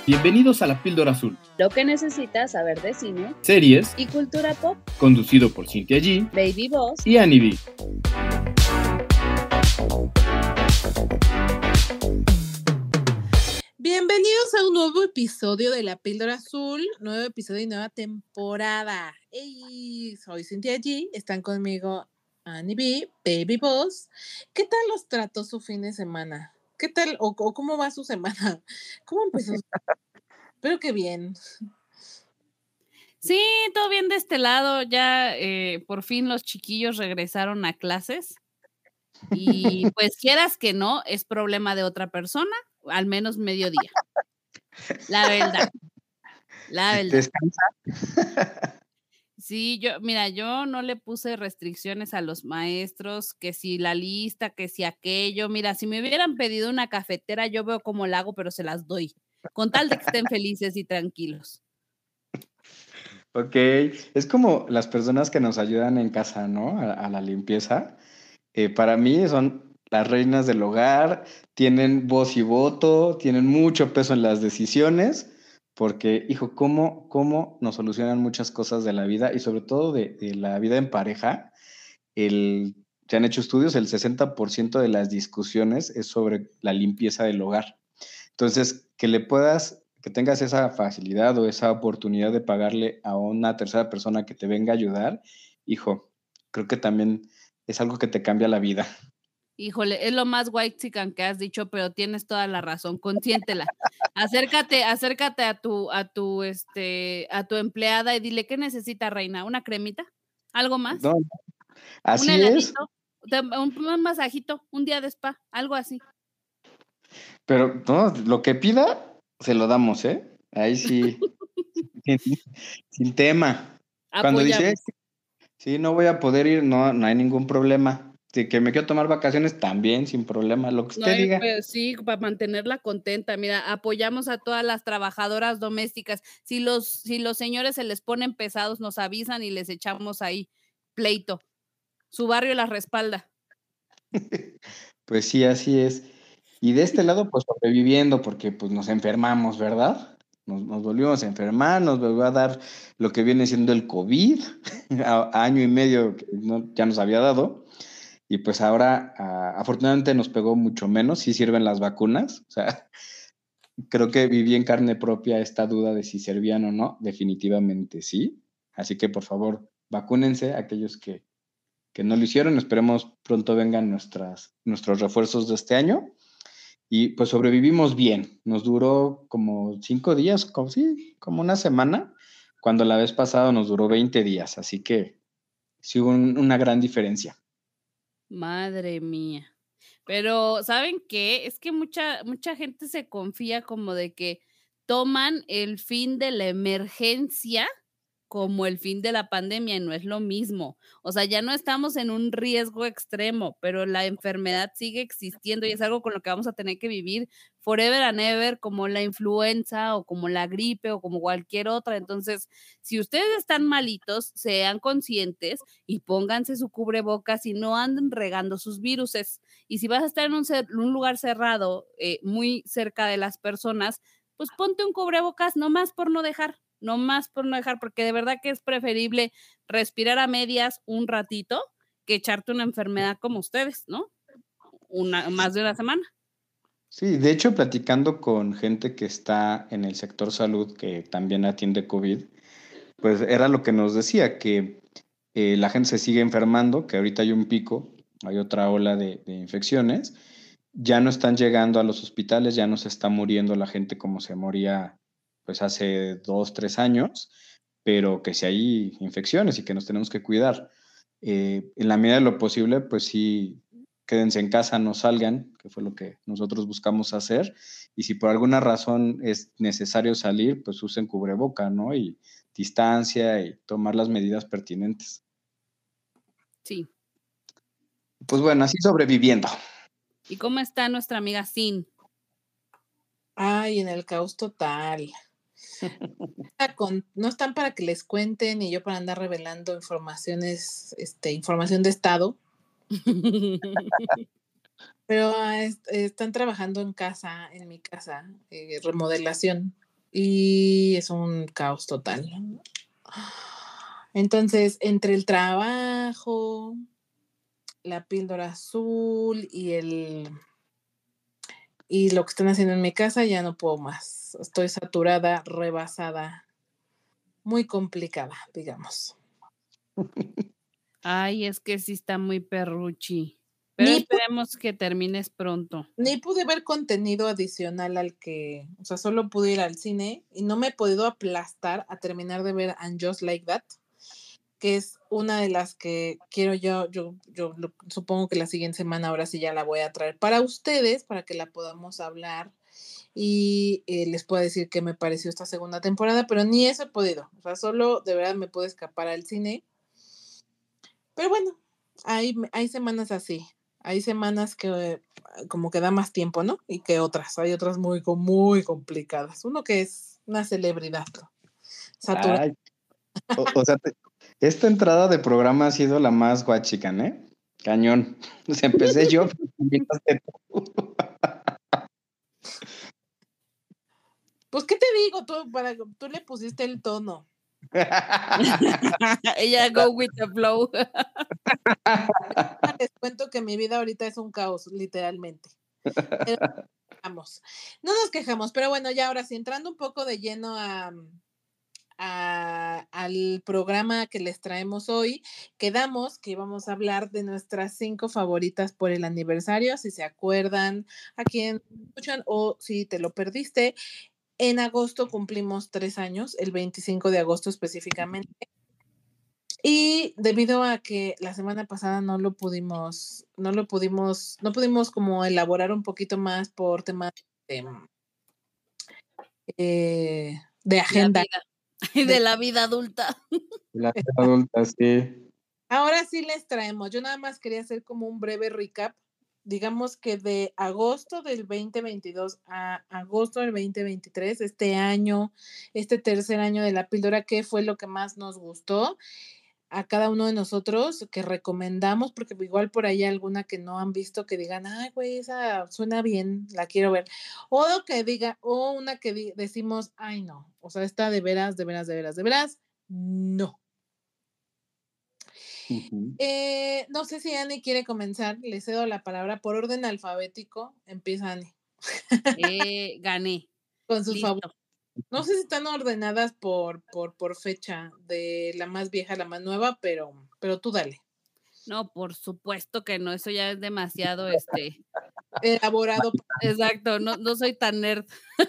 Bienvenidos a La Píldora Azul. Lo que necesitas saber de cine, series y cultura pop. Conducido por Cynthia G, Baby Boss y Annie B. Bienvenidos a un nuevo episodio de La Píldora Azul, nuevo episodio y nueva temporada. Hey, soy Cynthia G, están conmigo Annie B, Baby Boss. ¿Qué tal los trató su fin de semana? ¿Qué tal o cómo va su semana? ¿Cómo empezó? Espero que bien. Sí, todo bien de este lado. Ya por fin los chiquillos regresaron a clases. Y pues quieras que no, es problema de otra persona, al menos mediodía. La verdad. ¿Descansa? Sí, yo no le puse restricciones a los maestros, que si la lista, que si aquello. Mira, si me hubieran pedido una cafetera, yo veo cómo la hago, pero se las doy, con tal de que estén felices y tranquilos. Ok, es como las personas que nos ayudan en casa, ¿no? A la limpieza. Para mí son las reinas del hogar, tienen voz y voto, tienen mucho peso en las decisiones, porque, hijo, ¿cómo nos solucionan muchas cosas de la vida y sobre todo de la vida en pareja? Se han hecho estudios, el 60% de las discusiones es sobre la limpieza del hogar. Entonces, que tengas esa facilidad o esa oportunidad de pagarle a una tercera persona que te venga a ayudar, hijo, creo que también es algo que te cambia la vida. Híjole, es lo más whitexican que has dicho, pero tienes toda la razón, consiéntela. Acércate a tu empleada y dile, ¿qué necesita, reina? ¿Una cremita? ¿Algo más? No, ¿Un así es, heladito? ¿Un masajito? ¿Un día de spa? Algo así. pero no, lo que pida, se lo damos, ¿eh? Ahí sí, sin, sin tema. Cuando dice, Apoyamos. sí, no voy a poder ir, no hay ningún problema. Si que me quiero tomar vacaciones, también, sin problema, lo que No usted diga. pues sí, para mantenerla contenta. Mira, apoyamos a todas las trabajadoras domésticas. Si los señores se les ponen pesados, nos avisan y les echamos ahí pleito. Su barrio las respalda. Pues sí, así es. Y de este lado, pues sobreviviendo, porque pues nos enfermamos, ¿verdad? Nos volvimos a enfermar, nos volvió a dar lo que viene siendo el COVID, a año y medio que ya nos había dado. Y pues ahora, afortunadamente nos pegó mucho menos, sí sirven las vacunas. O sea, creo que viví en carne propia esta duda de si servían o no, definitivamente sí. Así que por favor, vacúnense aquellos que no lo hicieron. Esperemos pronto vengan nuestros refuerzos de este año. Y pues sobrevivimos bien. Nos duró como 5 días, como una semana, cuando la vez pasada nos duró 20 días. Así que sí hubo una gran diferencia. Madre mía. Pero, ¿saben qué? Es que mucha gente se confía como de que toman el fin de la emergencia como el fin de la pandemia, y no es lo mismo. O sea, ya no estamos en un riesgo extremo, pero la enfermedad sigue existiendo y es algo con lo que vamos a tener que vivir forever and ever, como la influenza o como la gripe o como cualquier otra. Entonces, si ustedes están malitos, sean conscientes y pónganse su cubrebocas y no anden regando sus viruses. Y si vas a estar en un lugar cerrado, muy cerca de las personas, pues ponte un cubrebocas nomás por no dejar, porque de verdad que es preferible respirar a medias un ratito que echarte una enfermedad como ustedes, ¿no? Más de una semana. Sí, de hecho, platicando con gente que está en el sector salud, que también atiende COVID, pues era lo que nos decía, que la gente se sigue enfermando, que ahorita hay un pico, hay otra ola de infecciones, ya no están llegando a los hospitales, ya no se está muriendo la gente como se moría pues hace 2, 3 años, pero que si hay infecciones y que nos tenemos que cuidar. En la medida de lo posible, pues sí, quédense en casa, no salgan, que fue lo que nosotros buscamos hacer, y si por alguna razón es necesario salir, pues usen cubreboca, ¿no? Y distancia y tomar las medidas pertinentes. Sí. Pues bueno, así sobreviviendo. ¿Y cómo está nuestra amiga Sin? Ay, en el caos total. No están para que les cuenten y yo para andar revelando información de Estado. Pero están trabajando en mi casa, remodelación. y es un caos total. Entonces, entre el trabajo, la píldora azul y lo que están haciendo en mi casa, ya no puedo más. Estoy saturada, rebasada, muy complicada, digamos. Ay, es que sí está muy perruchi. Pero esperemos que termines pronto. Ni pude ver contenido adicional al que, o sea, solo pude ir al cine y no me he podido aplastar a terminar de ver And Just Like That, que es una de las que quiero yo supongo que la siguiente semana ahora sí ya la voy a traer para ustedes, para que la podamos hablar y les puedo decir qué me pareció esta segunda temporada, pero ni eso he podido, o sea, solo de verdad me puedo escapar al cine. Pero bueno, hay semanas así, hay semanas que como que da más tiempo, ¿no? Y que otras, hay otras muy complicadas. Uno que es una celebridad, saturada. Ay, o sea, esta entrada de programa ha sido la más guachican, ¿eh? Cañón. O sea, empecé yo, pero invitaste tú. Pues, ¿qué te digo? Tú le pusiste el tono. Ella go with the flow. Les cuento que mi vida ahorita es un caos, literalmente. Pero, vamos, no nos quejamos, pero bueno, ya ahora sí, entrando un poco de lleno al programa que les traemos hoy, quedamos que íbamos a hablar de nuestras 5 favoritas por el aniversario, si se acuerdan, a quien escuchan o si te lo perdiste. En agosto cumplimos 3 años, el 25 de agosto específicamente. Y debido a que la semana pasada no pudimos como elaborar un poquito más por temas de agenda. De la vida adulta. La vida adulta, sí. Ahora sí les traemos. Yo nada más quería hacer como un breve recap. Digamos que de agosto del 2022 a agosto del 2023, este año, este tercer año de la píldora, ¿qué fue lo que más nos gustó a cada uno de nosotros, que recomendamos? Porque igual por ahí alguna que no han visto que digan, ay, güey, esa suena bien, la quiero ver. O que diga, o una que decimos, ay, no, o sea, está de veras, no. Ujú. No sé si Ani quiere comenzar, le cedo la palabra por orden alfabético. Empieza Ani. Gané. Con sus Listo. favoritos. No sé si están ordenadas por fecha, de la más vieja a la más nueva, pero tú dale. No, por supuesto que no, eso ya es demasiado elaborado. Exacto, no soy tan nerd.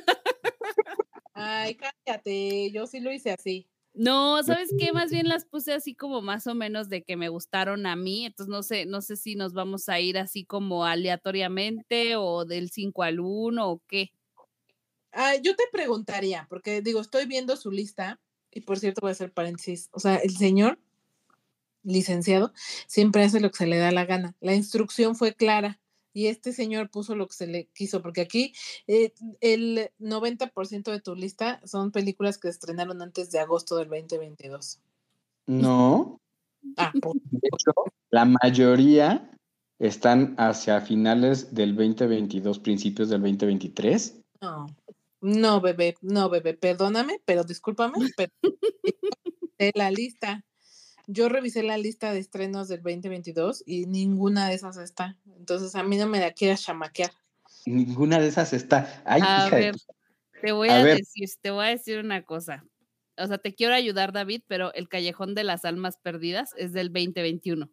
Ay, cállate, yo sí lo hice así. No, ¿sabes qué? Más bien las puse así como más o menos de que me gustaron a mí, entonces no sé si nos vamos a ir así como aleatoriamente o del 5 al 1 o qué. Yo te preguntaría, porque digo, estoy viendo su lista y por cierto voy a hacer paréntesis, o sea, el señor licenciado siempre hace lo que se le da la gana. La instrucción fue clara y este señor puso lo que se le quiso, porque aquí el 90% de tu lista son películas que estrenaron antes de agosto del 2022. No. De hecho, la mayoría están hacia finales del 2022, principios del 2023. No, bebé, perdóname, pero discúlpame, pero de la lista. Yo revisé la lista de estrenos del 2022 y ninguna de esas está. Entonces, a mí no me la quieras chamaquear. Ninguna de esas está. Ay, a hija ver, de... te voy a decir una cosa. O sea, te quiero ayudar, David, pero El Callejón de las Almas Perdidas es del 2021.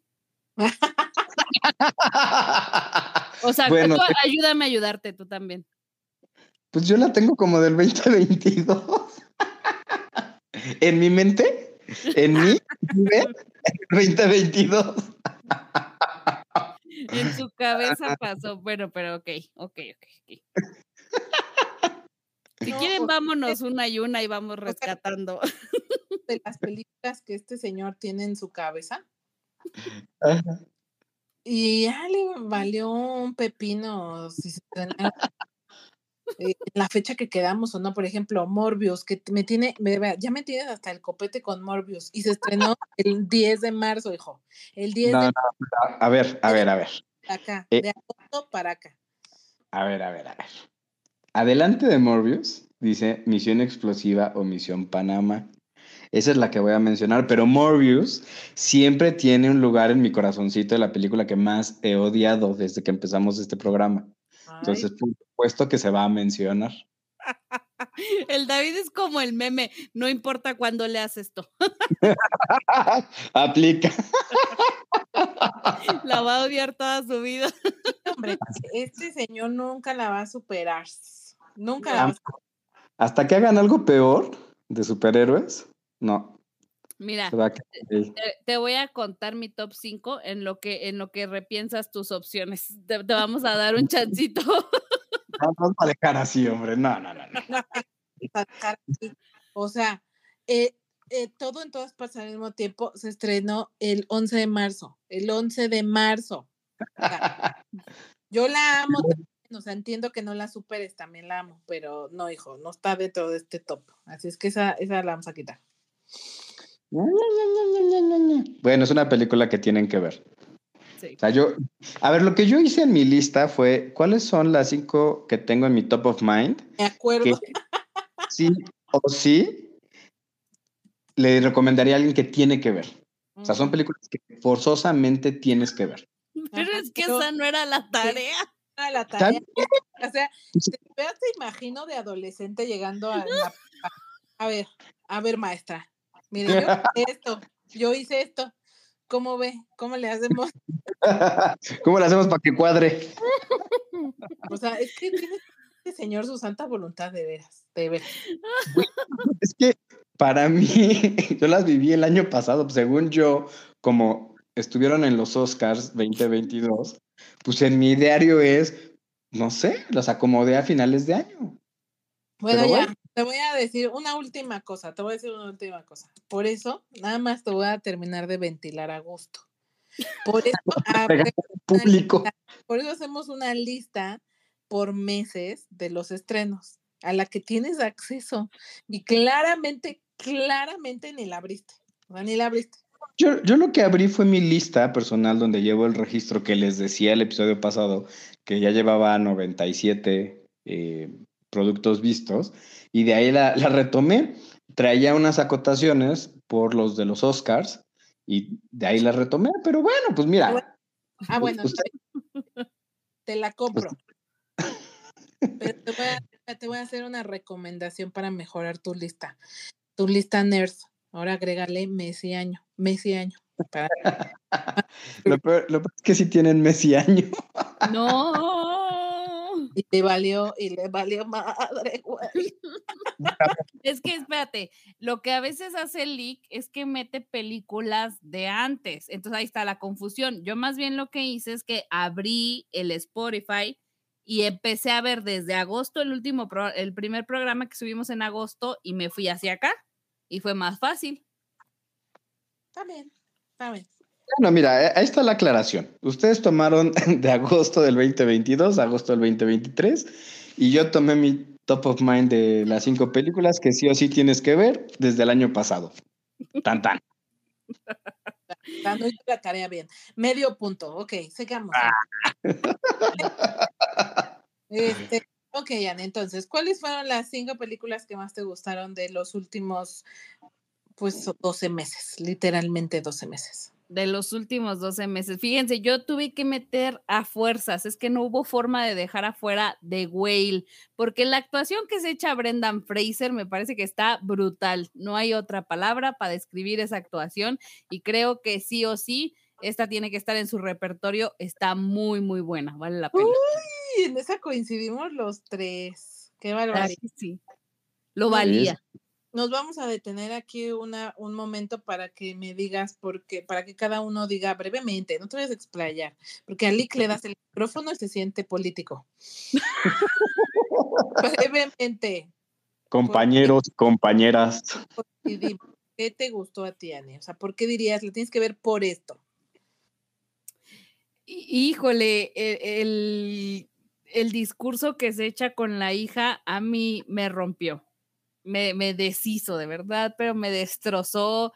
O sea, bueno, tú ayúdame a ayudarte, tú también. Pues yo la tengo como del 2022. En mi mente, en mi 2022. En su cabeza pasó. Bueno, pero ok. Si quieren, vámonos una y una y vamos rescatando. De las películas que este señor tiene en su cabeza. Ajá. Y ya le valió un pepino si se estrenaron la fecha que quedamos o no. Por ejemplo, Morbius, que ya me tienes hasta el copete con Morbius y se estrenó el 10 de marzo, hijo. El 10 de marzo. A ver. Acá, de agosto para acá. A ver. Adelante de Morbius dice Misión Explosiva o Misión Panamá. Esa es la que voy a mencionar, pero Morbius siempre tiene un lugar en mi corazoncito de la película que más he odiado desde que empezamos este programa. Entonces, por supuesto que se va a mencionar. El David es como el meme, no importa cuándo leas esto. Aplica. La va a odiar toda su vida. Hombre, este señor nunca la va a superar. Nunca la va a superar. Hasta que hagan algo peor de superhéroes, no. Mira, Se va a quedar ahí. te voy a contar mi top 5 en lo que repiensas tus opciones. Te vamos a dar un chancito. No, vamos a dejar así, hombre. No. O sea, todo en todas partes al mismo tiempo se estrenó el 11 de marzo. El 11 de marzo. O sea, yo la amo también, o sea, entiendo que no la superes, también la amo, pero no, hijo, no está dentro de este top. Así es que esa la vamos a quitar. Bueno, es una película que tienen que ver. Sí. O sea, a ver, lo que yo hice en mi lista fue, ¿cuáles son las 5 que tengo en mi top of mind? Me acuerdo. Que sí o sí le recomendaría a alguien que tiene que ver. O sea, son películas que forzosamente tienes que ver. Pero es que esa no era la tarea. Era la tarea. O sea, te imagino de adolescente llegando a ver, maestra. Mire, yo hice esto. ¿Cómo ve? ¿Cómo le hacemos? ¿Cómo le hacemos para que cuadre? O sea, es que tiene este señor su santa voluntad, de veras, de veras. Es que para mí, yo las viví el año pasado, pues, según yo, como estuvieron en los Oscars 2022, pues en mi diario es, no sé, las acomodé a finales de año. Bueno, ya, te voy a decir una última cosa, Por eso, nada más te voy a terminar de ventilar a gusto. Por eso hacemos una lista por meses de los estrenos a la que tienes acceso y claramente ni la abriste. O sea, ni la abriste. Yo lo que abrí fue mi lista personal donde llevo el registro que les decía el episodio pasado, que ya llevaba 97 productos vistos, y de ahí la retomé. Traía unas acotaciones por los de los Oscars, y de ahí la retomé, pero bueno, pues mira. Bueno, te la compro. Pero te voy a hacer una recomendación para mejorar tu lista. Tu lista nerds. Ahora agrégale mes y año. Lo peor es que sí tienen mes y año. No. Y le valió madre, güey. Es que espérate, lo que a veces hace el leak es que mete películas de antes. Entonces ahí está la confusión. Yo más bien lo que hice es que abrí el Spotify y empecé a ver desde agosto el primer programa que subimos en agosto y me fui hacia acá y fue más fácil. Está bien. Bueno, mira, ahí está la aclaración. Ustedes tomaron de agosto del 2022 a agosto del 2023 y yo tomé mi top of mind de las 5 películas que sí o sí tienes que ver desde el año pasado. Tan. Dando la tarea bien. Medio punto. Ok, sigamos. Ok, Ana, entonces, ¿cuáles fueron las 5 películas que más te gustaron de los últimos, 12 meses? Literalmente 12 meses. De los últimos 12 meses. Fíjense, yo tuve que meter a fuerzas, es que no hubo forma de dejar afuera The Whale, porque la actuación que se echa Brendan Fraser me parece que está brutal. No hay otra palabra para describir esa actuación y creo que sí o sí, esta tiene que estar en su repertorio. Está muy, muy buena, vale la pena. Uy, en esa coincidimos los 3. Qué barbaridad. Sí, lo valía. Nos vamos a detener aquí un momento para que me digas, para que cada uno diga brevemente, no te vayas a explayar, porque a Lick le das el micrófono y se siente político. Brevemente. Compañeros, compañeras. ¿Qué te gustó a ti, Ani? O sea, ¿por qué dirías, le tienes que ver por esto? Híjole, el discurso que se echa con la hija a mí me rompió. Me deshizo, de verdad, pero me destrozó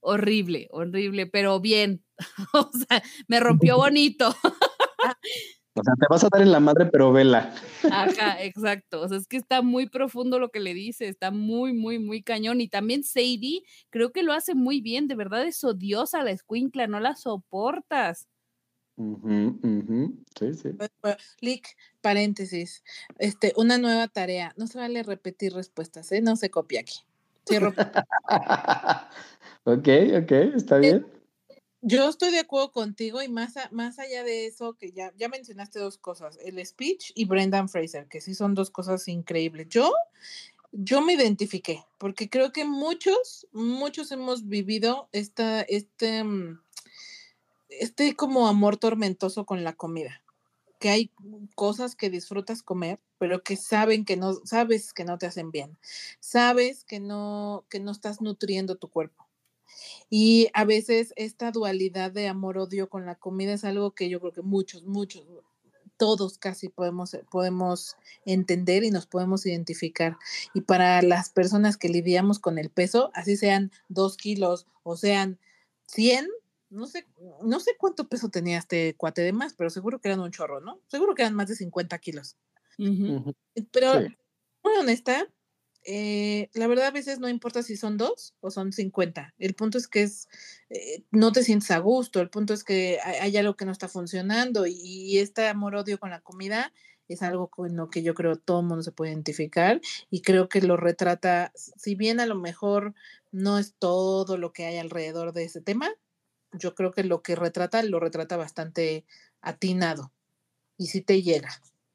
horrible, pero bien. O sea, me rompió bonito. O sea, te vas a dar en la madre, pero vela. Ajá, exacto. O sea, es que está muy profundo lo que le dice, está muy, muy, muy cañón. Y también Sadie, creo que lo hace muy bien, de verdad es odiosa la escuincla, no la soportas. Sí, sí. Lick, paréntesis. Una nueva tarea. No se vale repetir respuestas, ¿eh? No se copia aquí. Cierro. Ok, está bien. Yo estoy de acuerdo contigo y más allá de eso, que ya mencionaste dos cosas, el speech y Brendan Fraser, que sí son dos cosas increíbles. Yo me identifiqué, porque creo que muchos hemos vivido como amor tormentoso con la comida, que hay cosas que disfrutas comer, pero que sabes que no te hacen bien, sabes que no estás nutriendo tu cuerpo. Y a veces esta dualidad de amor-odio con la comida es algo que yo creo que muchos, todos casi podemos entender y nos podemos identificar. Y para las personas que lidiamos con el peso, así sean 2 kilos o sean 100, no sé cuánto peso tenía este cuate de más, pero seguro que eran un chorro, ¿no? Seguro que eran más de 50 kilos. Pero, Sí. muy honesta, la verdad a veces no importa si son 2 o son 50. El punto es que no te sientes a gusto, el punto es que hay algo que no está funcionando y este amor-odio con la comida es algo con lo que yo creo todo el mundo se puede identificar y creo que lo retrata, si bien a lo mejor no es todo lo que hay alrededor de ese tema, yo creo que lo retrata bastante atinado y sí te llega.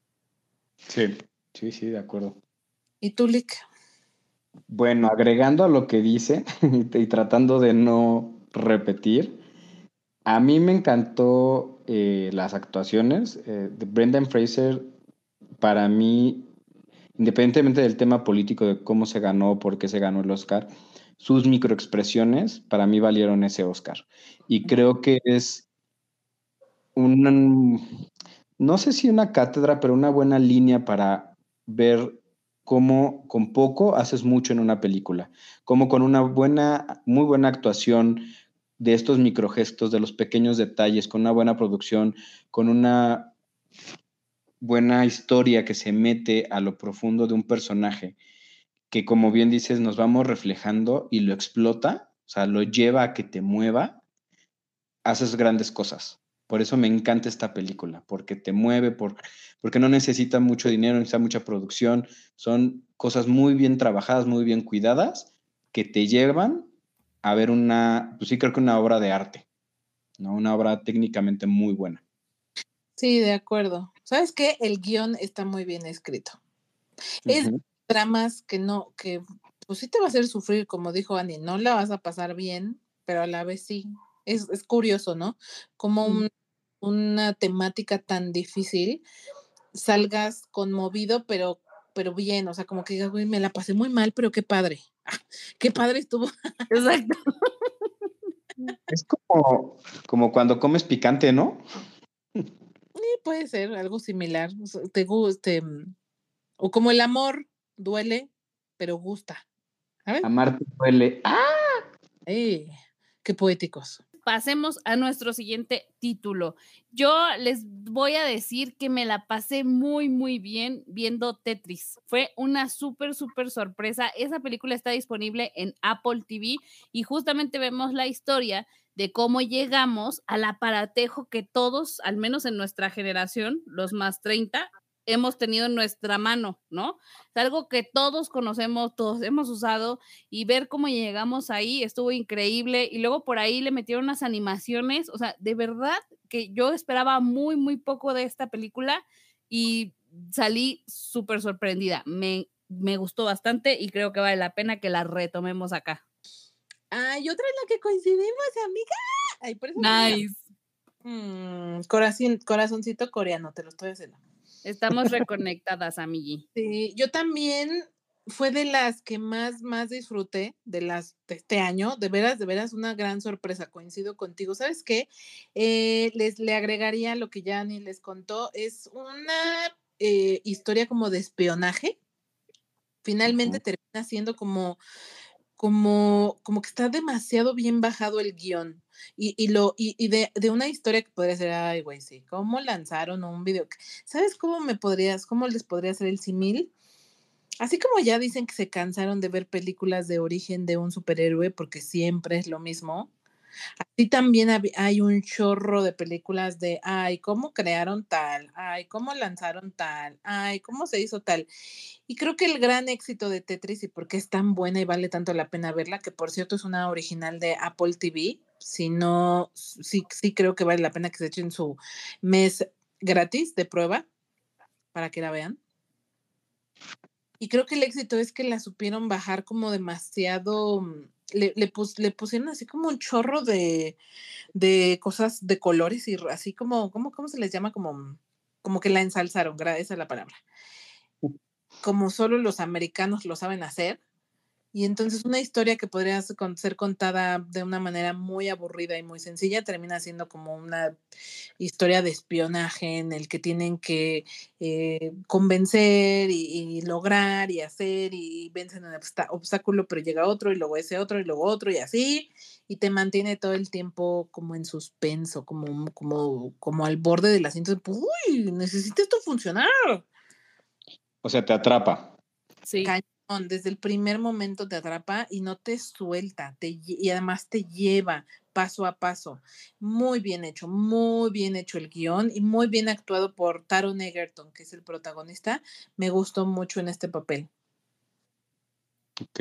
Sí, de acuerdo. ¿Y tú, Lick? Bueno, agregando a lo que dice y tratando de no repetir, a mí me encantó las actuaciones de Brendan Fraser. Para mí, independientemente del tema político de cómo se ganó, por qué se ganó el Oscar, sus microexpresiones para mí valieron ese Oscar. Y creo que es no sé si una cátedra, pero una buena línea para ver cómo con poco haces mucho en una película, cómo con una muy buena actuación de estos microgestos, de los pequeños detalles, con una buena producción, con una buena historia que se mete a lo profundo de un personaje, que como bien dices, nos vamos reflejando y lo explota, o sea, lo lleva a que te mueva, haces grandes cosas. Por eso me encanta esta película, porque te mueve, porque no necesita mucho dinero, no necesita mucha producción, son cosas muy bien trabajadas, muy bien cuidadas, que te llevan a ver pues sí creo que una obra de arte, ¿no? Una obra técnicamente muy buena. Sí, de acuerdo. ¿Sabes qué? El guión está muy bien escrito. Es dramas que pues sí te va a hacer sufrir, como dijo Annie, no la vas a pasar bien, pero a la vez sí. Es curioso, ¿no? Como una temática tan difícil, salgas conmovido, pero bien, o sea, como que digas, güey, me la pasé muy mal, pero qué padre. Qué padre estuvo. Exacto. Es como cuando comes picante, ¿no? Puede ser algo similar. O sea, o como el amor duele, pero gusta. ¿Sabes? Amarte duele. ¡Ah! Qué poéticos. Pasemos a nuestro siguiente título. Yo les voy a decir que me la pasé muy, muy bien viendo Tetris. Fue una súper, súper sorpresa. Esa película está disponible en Apple TV y justamente vemos la historia de cómo llegamos al aparatejo que todos, al menos en nuestra generación, los más 30, hemos tenido en nuestra mano, ¿no? Es algo que todos conocemos, todos hemos usado y ver cómo llegamos ahí estuvo increíble. Y luego por ahí le metieron unas animaciones, o sea, de verdad que yo esperaba muy, muy poco de esta película y salí súper sorprendida. Me gustó bastante y creo que vale la pena que la retomemos acá. Ay, otra en la que coincidimos, amiga. Ay, por eso Nice. Corazoncito coreano, te lo estoy haciendo. Estamos reconectadas, amigui. Sí, yo también fue de las que más disfruté de este año, de veras, una gran sorpresa, coincido contigo. ¿Sabes qué? Le agregaría lo que ya ni les contó, es una historia como de espionaje. Finalmente termina siendo como que está demasiado bien bajado el guión. Y de una historia que podría ser, ay, güey, sí, ¿cómo lanzaron un video? ¿Sabes cómo les podría hacer el símil? Así como ya dicen que se cansaron de ver películas de origen de un superhéroe porque siempre es lo mismo, así también hay un chorro de películas de, ay, ¿cómo crearon tal? Ay, ¿cómo lanzaron tal? Ay, ¿cómo se hizo tal? Y creo que el gran éxito de Tetris y por qué es tan buena y vale tanto la pena verla, que por cierto es una original de Apple TV, si no, sí creo que vale la pena que se echen su mes gratis de prueba para que la vean. Y creo que el éxito es que la supieron bajar como demasiado, le pusieron así como un chorro de cosas de colores y así como, ¿cómo se les llama? Como que la ensalzaron, esa es la palabra. Como solo los americanos lo saben hacer. Y entonces una historia que podría ser contada de una manera muy aburrida y muy sencilla termina siendo como una historia de espionaje en el que tienen que convencer y lograr y hacer y vencen un obstáculo, pero llega otro y luego ese otro y luego otro y así, y te mantiene todo el tiempo como en suspenso, como al borde del asiento. Uy, necesita esto funcionar. O sea, te atrapa. Sí. Cañón, desde el primer momento te atrapa y no te suelta, y además te lleva paso a paso. Muy bien hecho el guión y muy bien actuado por Taron Egerton, que es el protagonista. Me gustó mucho en este papel. Ok.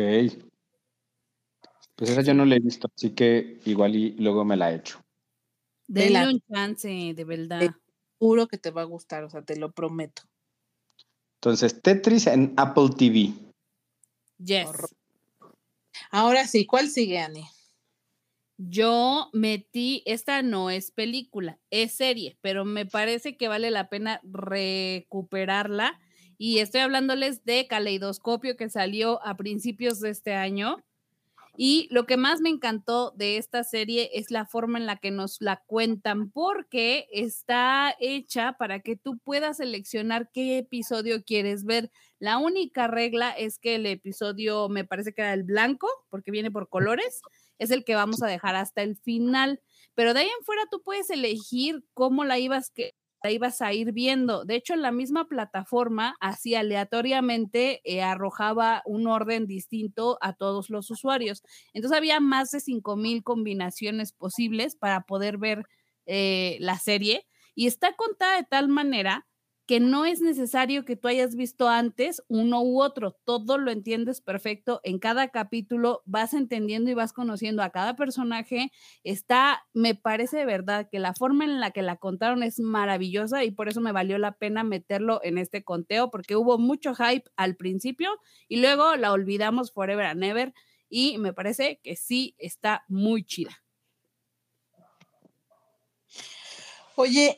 Pues esa yo no la he visto, así que igual y luego me la echo. Denle un chance, de verdad. Juro que te va a gustar, o sea, te lo prometo. Entonces, Tetris en Apple TV. Yes. Ahora sí, ¿cuál sigue, Ani? Yo metí, esta no es película, es serie, pero me parece que vale la pena recuperarla. Y estoy hablándoles de Caleidoscopio, que salió a principios de este año. Y lo que más me encantó de esta serie es la forma en la que nos la cuentan, porque está hecha para que tú puedas seleccionar qué episodio quieres ver. La única regla es que el episodio, me parece que era el blanco, porque viene por colores, es el que vamos a dejar hasta el final. Pero de ahí en fuera tú puedes elegir cómo la ibas a ir viendo. De hecho, en la misma plataforma, así aleatoriamente, arrojaba un orden distinto a todos los usuarios. Entonces había más de 5,000 combinaciones posibles para poder ver la serie, y está contada de tal manera que no es necesario que tú hayas visto antes uno u otro, todo lo entiendes perfecto. En cada capítulo vas entendiendo y vas conociendo a cada personaje. Me parece de verdad que la forma en la que la contaron es maravillosa, y por eso me valió la pena meterlo en este conteo, porque hubo mucho hype al principio y luego la olvidamos forever and ever, y me parece que sí está muy chida. Oye,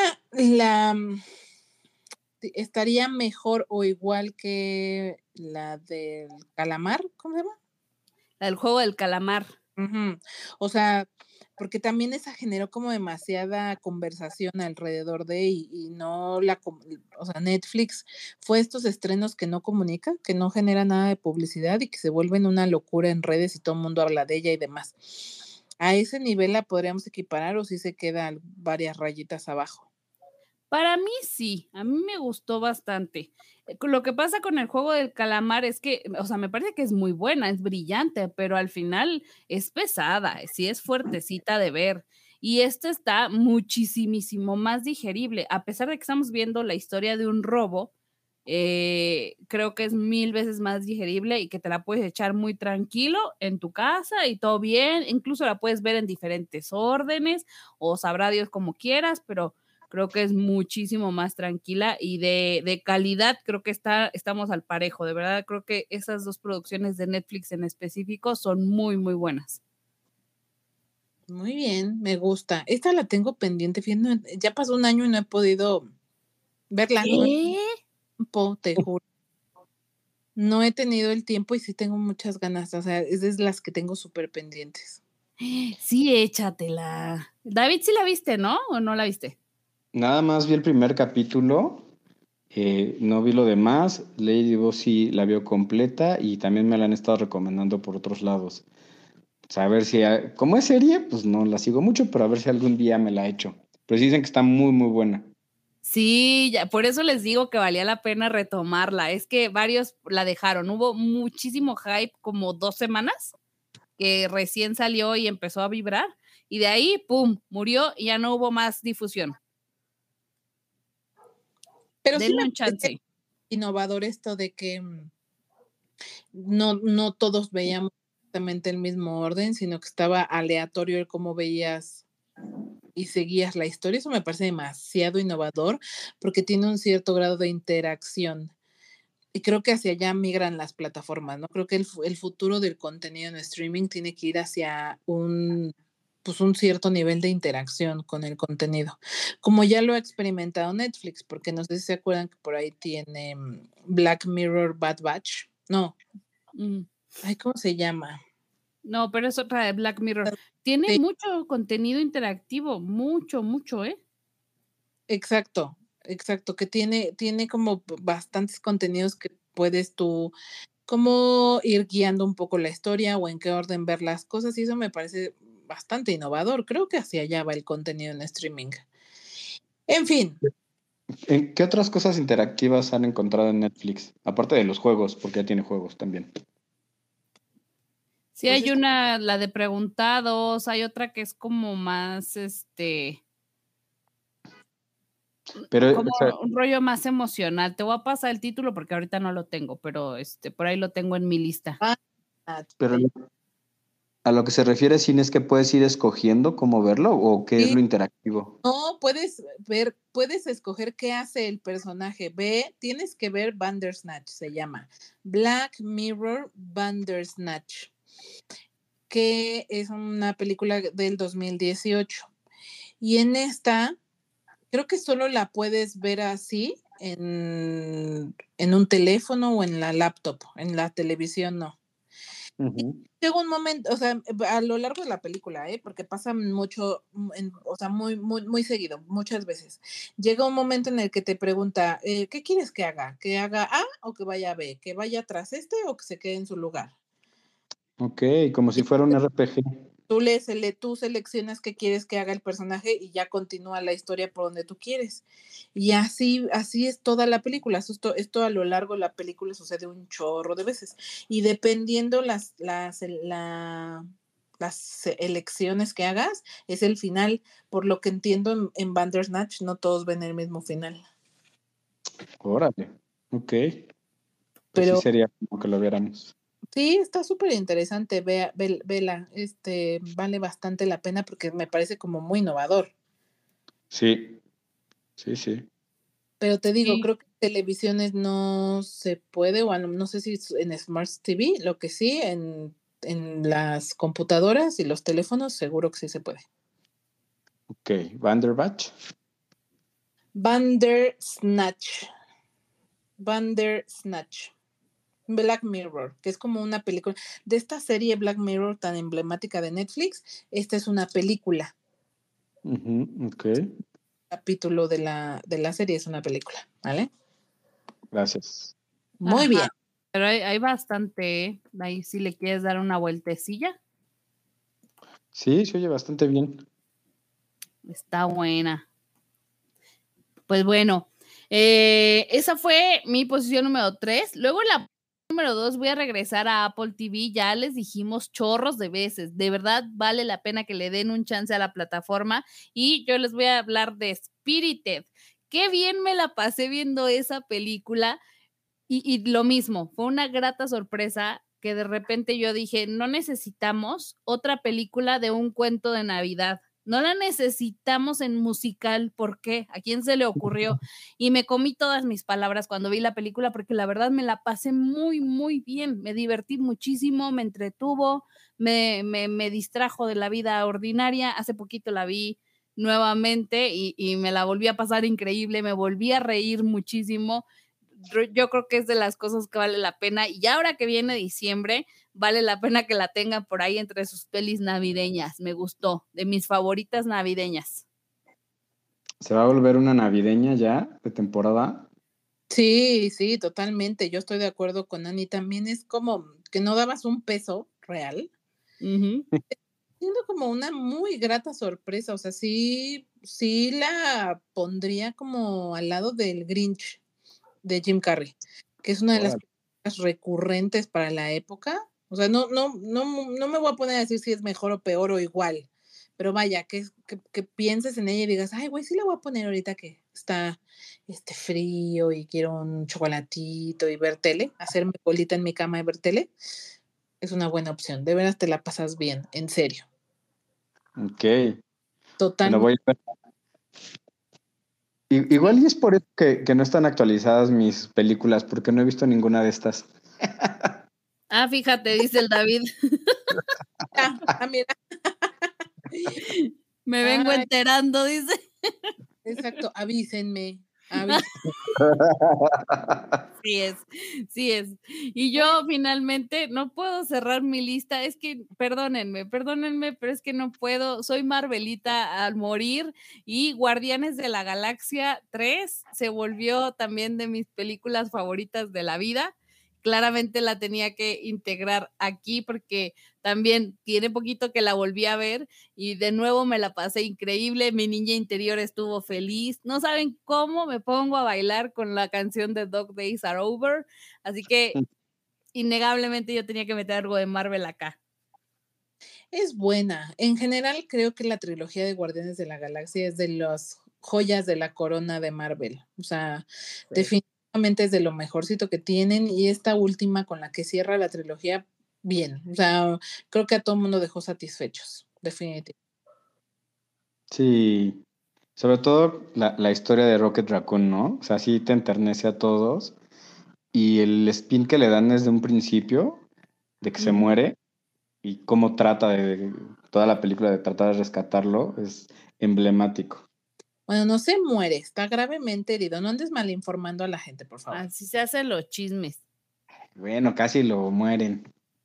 estaría mejor o igual que la del calamar, ¿cómo se llama? La del juego del calamar. O sea, porque también esa generó como demasiada conversación alrededor de, y no o sea, Netflix fue estos estrenos que no comunica, que no genera nada de publicidad y que se vuelven una locura en redes y todo el mundo habla de ella y demás. ¿A ese nivel la podríamos equiparar o si se quedan varias rayitas abajo? Para mí sí, a mí me gustó bastante. Lo que pasa con el juego del calamar es que, o sea, me parece que es muy buena, es brillante, pero al final es pesada, sí es fuertecita de ver. Y esta está muchísimo más digerible, a pesar de que estamos viendo la historia de un robo. Creo que es 1000 veces más digerible y que te la puedes echar muy tranquilo en tu casa y todo bien. Incluso la puedes ver en diferentes órdenes o sabrá Dios como quieras, pero creo que es muchísimo más tranquila y de calidad. Creo que estamos al parejo. De verdad, creo que esas dos producciones de Netflix en específico son muy buenas. Muy bien, me gusta. Esta la tengo pendiente, ya pasó un año y no he podido verla. ¿Qué? Te juro. No he tenido el tiempo y sí tengo muchas ganas. O sea, es de las que tengo súper pendientes. Sí, échatela. David, sí la viste, ¿no? ¿O no la viste? Nada más vi el primer capítulo, no vi lo demás. Lady Bo sí la vio completa y también me la han estado recomendando por otros lados. sea, a ver si, como es serie, pues no la sigo mucho, pero a ver si algún día me la echo. Pero sí dicen que está muy, muy buena. Sí, ya, por eso les digo que valía la pena retomarla. Es que varios la dejaron. Hubo muchísimo hype, como 2 semanas, que recién salió y empezó a vibrar. Y de ahí, ¡pum!, murió y ya no hubo más difusión. Pero sí Denle me un parece chance. innovador esto de que no todos veíamos exactamente el mismo orden, sino que estaba aleatorio el cómo veías y seguías la historia. Eso me parece demasiado innovador porque tiene un cierto grado de interacción. Y creo que hacia allá migran las plataformas, ¿no? Creo que el futuro del contenido en streaming tiene que ir hacia pues un cierto nivel de interacción con el contenido, como ya lo ha experimentado Netflix, porque no sé si se acuerdan que por ahí tiene Black Mirror Bad Batch. No, ay, ¿cómo se llama? No, pero es otra de Black Mirror. Tiene Sí, mucho contenido interactivo, mucho, mucho, ¿eh? exacto, que tiene como bastantes contenidos que puedes tú como ir guiando un poco la historia o en qué orden ver las cosas, y eso me parece bastante innovador. Creo que hacia allá va el contenido en streaming. En fin, ¿En qué otras cosas interactivas han encontrado en Netflix? Aparte de los juegos, porque ya tiene juegos también. Sí, pues hay una, la de preguntados, hay otra que es como más, Pero, como o sea, un rollo más emocional. Te voy a pasar el título porque ahorita no lo tengo, pero por ahí lo tengo en mi lista. pero a lo que se refiere Sin es que puedes ir escogiendo cómo verlo o qué es sí, lo interactivo. no, puedes escoger qué hace el personaje. Tienes que ver Bandersnatch, se llama. Black Mirror Bandersnatch, que es una película del 2018. Y en esta, creo que solo la puedes ver así en un teléfono o en la laptop, en la televisión no. Ujú. Llega un momento, o sea, a lo largo de la película, porque pasa mucho, o sea, muy, muy, muy seguido, muchas veces. Llega un momento en el que te pregunta, ¿qué quieres que haga? ¿Que haga A o que vaya a B? ¿Que vaya tras este o que se quede en su lugar? Ok, como si fuera un RPG. Tú seleccionas qué quieres que haga el personaje y ya continúa la historia por donde tú quieres. Y así es toda la película. Esto a lo largo de la película sucede un chorro de veces. Y dependiendo las elecciones que hagas, es el final. Por lo que entiendo en Bandersnatch, no todos ven el mismo final. Órale, ok. Pues sí Pero sería como que lo viéramos. sí, está súper interesante. Vela, vale bastante la pena porque me parece como muy innovador. Sí, sí, sí. Pero te digo, Sí. creo que en televisiones no se puede, o no sé si en Smart TV, lo que sí, en las computadoras y los teléfonos, seguro que sí se puede. Ok, Vanderbatch. Bandersnatch. Black Mirror, que es como una película. De esta serie Black Mirror tan emblemática de Netflix, esta es una película. Ok, Capítulo de la serie es una película, ¿vale? gracias. Muy Ajá, bien. pero hay bastante, ¿eh? Ahí si le quieres dar una vueltecilla, Sí, se oye bastante bien. está buena. Pues bueno, esa fue mi posición número 3. Luego en la número 2 voy a regresar a Apple TV. Ya les dijimos chorros de veces. De verdad vale la pena que le den un chance a la plataforma. Y yo les voy a hablar de Spirited. Qué bien me la pasé viendo esa película. Y lo mismo, fue una grata sorpresa que de repente yo dije, no necesitamos otra película de un cuento de Navidad. No la necesitamos en musical. ¿Por qué? ¿A quién se le ocurrió? Y me comí todas mis palabras cuando vi la película porque la verdad me la pasé muy, muy bien. Me divertí muchísimo, me entretuvo, me distrajo de la vida ordinaria. Hace poquito la vi nuevamente y me la volví a pasar increíble, me volví a reír muchísimo. Yo creo que es de las cosas que vale la pena. Y ahora que viene diciembre, vale la pena que la tengan por ahí entre sus pelis navideñas. Me gustó, de mis favoritas navideñas. ¿Se va a volver una navideña ya de temporada? Sí, sí, totalmente. Yo estoy de acuerdo con Ani. También es como que no dabas un peso real Ujú. Siendo como una muy grata sorpresa, o sea, sí la pondría como al lado del Grinch de Jim Carrey, que es una de las Órale. películas recurrentes para la época. O sea, no me voy a poner a decir si es mejor o peor o igual, pero vaya, que pienses en ella y digas, ay, güey, sí la voy a poner ahorita que está frío y quiero un chocolatito y ver tele, hacerme bolita en mi cama y ver tele, es una buena opción. De veras te la pasas bien, en serio. Ok, me lo Totalmente. voy a ver. Igual y es por eso que no están actualizadas mis películas, porque no he visto ninguna de estas. Ah, fíjate, dice el David. Mira. Me vengo Ay, enterando, dice. exacto, avísenme. Sí es, sí es. Y yo Bueno, finalmente no puedo cerrar mi lista. Es que, perdónenme, pero es que no puedo. Soy Marvelita al morir y Guardianes de la Galaxia 3 se volvió también de mis películas favoritas de la vida. Claramente la tenía que integrar aquí porque también tiene poquito que la volví a ver y de nuevo me la pasé increíble, mi niña interior estuvo feliz, no saben cómo me pongo a bailar con la canción de Dog Days Are Over, así que innegablemente yo tenía que meter algo de Marvel acá. es buena. En general, creo que la trilogía de Guardianes de la Galaxia es de las joyas de la corona de Marvel. O sea, Sí. definitivamente es de lo mejorcito que tienen y esta última con la que cierra la trilogía, bien. O sea, creo que a todo el mundo dejó satisfechos, definitivamente. Sí, sobre todo la historia de Rocket Raccoon, ¿no? O sea, sí te enternece a todos. Y el spin que le dan desde un principio, de que se Ujú. muere, y cómo trata de toda la película de tratar de rescatarlo, es emblemático. Bueno, no se muere, está gravemente herido. No andes mal informando a la gente, por favor. Así se hacen los chismes. Bueno, casi lo mueren.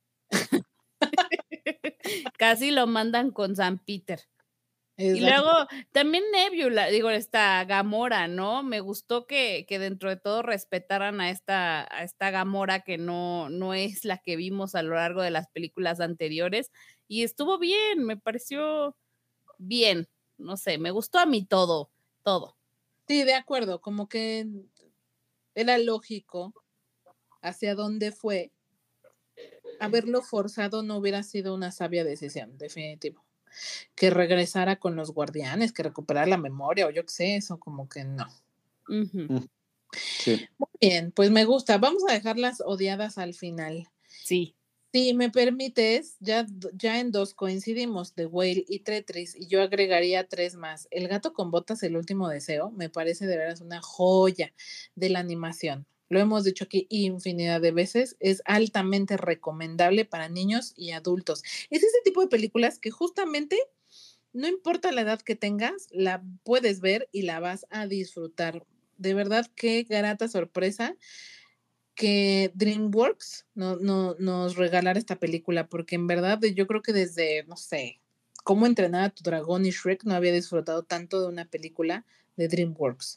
Casi lo mandan con San Peter. Y Exacto. luego también Nebula, digo, esta Gamora, ¿no? Me gustó que dentro de todo respetaran a esta Gamora que no es la que vimos a lo largo de las películas anteriores. Y estuvo bien, me pareció bien. No sé, me gustó a mí todo, todo. Sí, de acuerdo, como que era lógico hacia dónde fue. Haberlo forzado no hubiera sido una sabia decisión, definitivo. Que regresara con los guardianes, que recuperara la memoria o yo qué sé, eso como que no. Ujú. Sí. Muy bien, pues me gusta. Vamos a dejar las odiadas al final. Sí. Si me permites, ya en dos coincidimos, The Whale y Tetris, y yo agregaría tres más. El gato con botas, el último deseo, me parece de veras una joya de la animación. Lo hemos dicho aquí infinidad de veces, es altamente recomendable para niños y adultos. Es ese tipo de películas que justamente, no importa la edad que tengas, la puedes ver y la vas a disfrutar. De verdad, qué grata sorpresa que DreamWorks nos regalara esta película, porque en verdad yo creo que desde, no sé, Cómo entrenar a tu dragón y Shrek no había disfrutado tanto de una película de DreamWorks.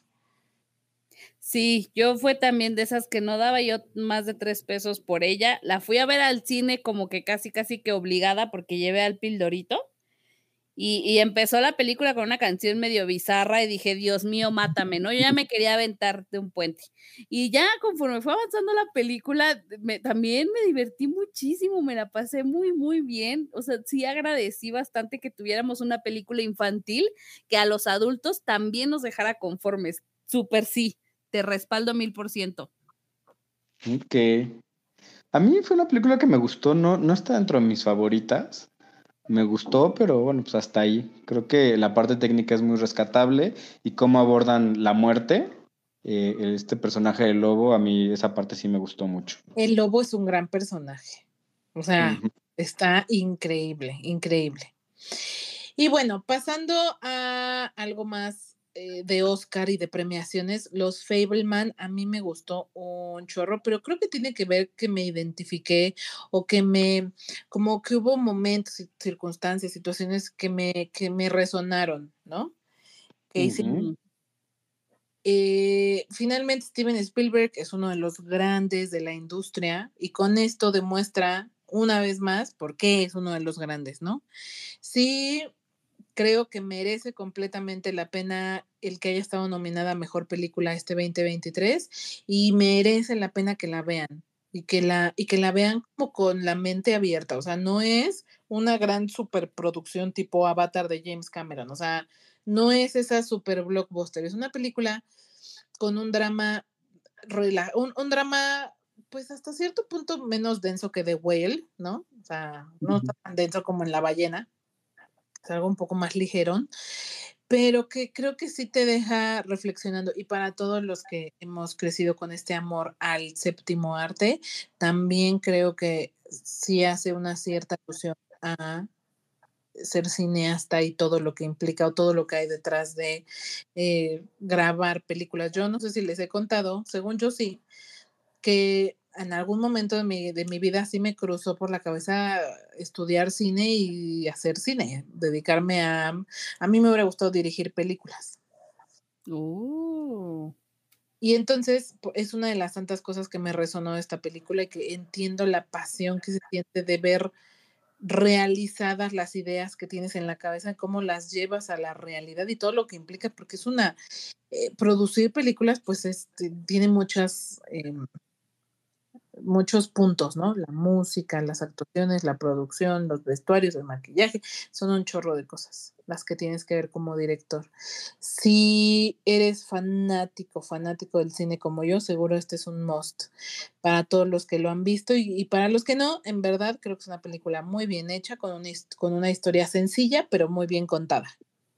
Sí, yo fue también de esas que no daba yo más de 3 pesos por ella. La fui a ver al cine como que casi, casi que obligada porque llevé al Pildorito. Y empezó la película con una canción medio bizarra y dije: "Dios mío, mátame", ¿no? Yo ya me quería aventar de un puente. Y ya conforme fue avanzando la película, también me divertí muchísimo, me la pasé muy, muy bien. O sea, sí agradecí bastante que tuviéramos una película infantil que a los adultos también nos dejara conformes. Súper sí, te respaldo 1000%. Ok. A mí fue una película que me gustó, no está dentro de mis favoritas. Me gustó, pero bueno, pues hasta ahí. Creo que la parte técnica es muy rescatable y cómo abordan la muerte. Este personaje del lobo, a mí esa parte sí me gustó mucho. El lobo es un gran personaje. O sea, Ujú. está increíble, increíble. Y bueno, pasando a algo más de Oscar y de premiaciones, los Fableman a mí me gustó un chorro, pero creo que tiene que ver que me identifiqué o como que hubo momentos, circunstancias, situaciones que me resonaron, ¿no? Que hice. Ujú. Finalmente Steven Spielberg es uno de los grandes de la industria y con esto demuestra una vez más por qué es uno de los grandes, ¿no? Sí, creo que merece completamente la pena el que haya estado nominada a Mejor Película este 2023 y merece la pena que la vean y que la vean como con la mente abierta. O sea, no es una gran superproducción tipo Avatar de James Cameron. O sea, no es esa super blockbuster. Es una película con un drama, un drama pues hasta cierto punto menos denso que The Whale, ¿no? O sea, no está tan denso como en La Ballena, es algo un poco más ligerón, pero que creo que sí te deja reflexionando. Y para todos los que hemos crecido con este amor al séptimo arte, también creo que sí hace una cierta alusión a ser cineasta y todo lo que implica o todo lo que hay detrás de grabar películas. Yo no sé si les he contado, según yo sí, que en algún momento de mi vida sí me cruzó por la cabeza estudiar cine y hacer cine, dedicarme a mí me hubiera gustado dirigir películas. Y entonces es una de las tantas cosas que me resonó de esta película y que entiendo la pasión que se siente de ver realizadas las ideas que tienes en la cabeza, cómo las llevas a la realidad y todo lo que implica, porque es una, producir películas pues tiene muchos puntos, ¿no? La música, las actuaciones, la producción, los vestuarios, el maquillaje, son un chorro de cosas las que tienes que ver como director. Si eres fanático del cine como yo, seguro este es un must para todos los que lo han visto y para los que no, en verdad creo que es una película muy bien hecha, con una historia sencilla, pero muy bien contada.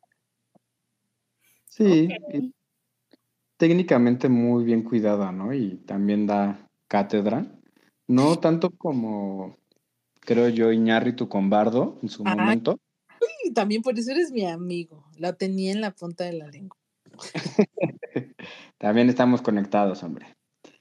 Sí, y técnicamente muy bien cuidada, ¿no? Y también da cátedra. No tanto como, creo yo, Iñárritu con Bardo en su Ay, momento. y también por eso eres mi amigo, la tenía en la punta de la lengua. También estamos conectados, hombre.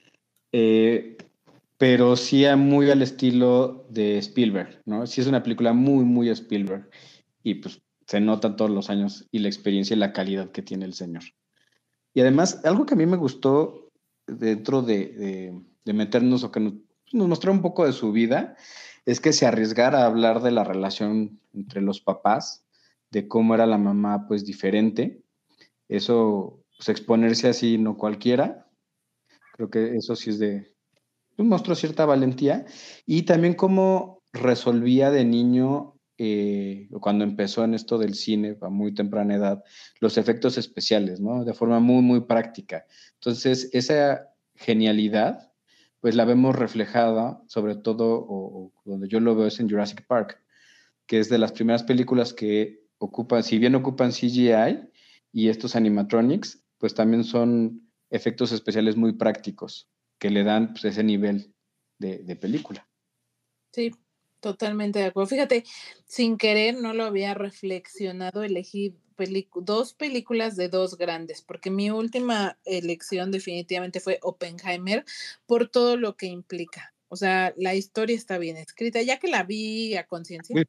Pero sí muy al estilo de Spielberg, ¿no? Sí es una película muy, muy Spielberg. Y pues se nota todos los años y la experiencia y la calidad que tiene el señor. Y además, algo que a mí me gustó dentro de meternos o que nos mostró un poco de su vida, es que se arriesgara a hablar de la relación entre los papás, de cómo era la mamá pues diferente. Eso, pues exponerse así no cualquiera. Creo que eso sí es pues, mostró cierta valentía. Y también cómo resolvía de niño, cuando empezó en esto del cine a muy temprana edad, los efectos especiales, ¿no? De forma muy, muy práctica. Entonces, esa genialidad, pues la vemos reflejada, sobre todo, o donde yo lo veo es en Jurassic Park, que es de las primeras películas que ocupan, si bien ocupan CGI y estos animatronics, pues también son efectos especiales muy prácticos que le dan pues, ese nivel de película. Sí, totalmente de acuerdo. Fíjate, sin querer no lo había reflexionado, elegí dos películas de dos grandes, porque mi última elección definitivamente fue Oppenheimer por todo lo que implica. O sea, la historia está bien escrita, ya que la vi a conciencia.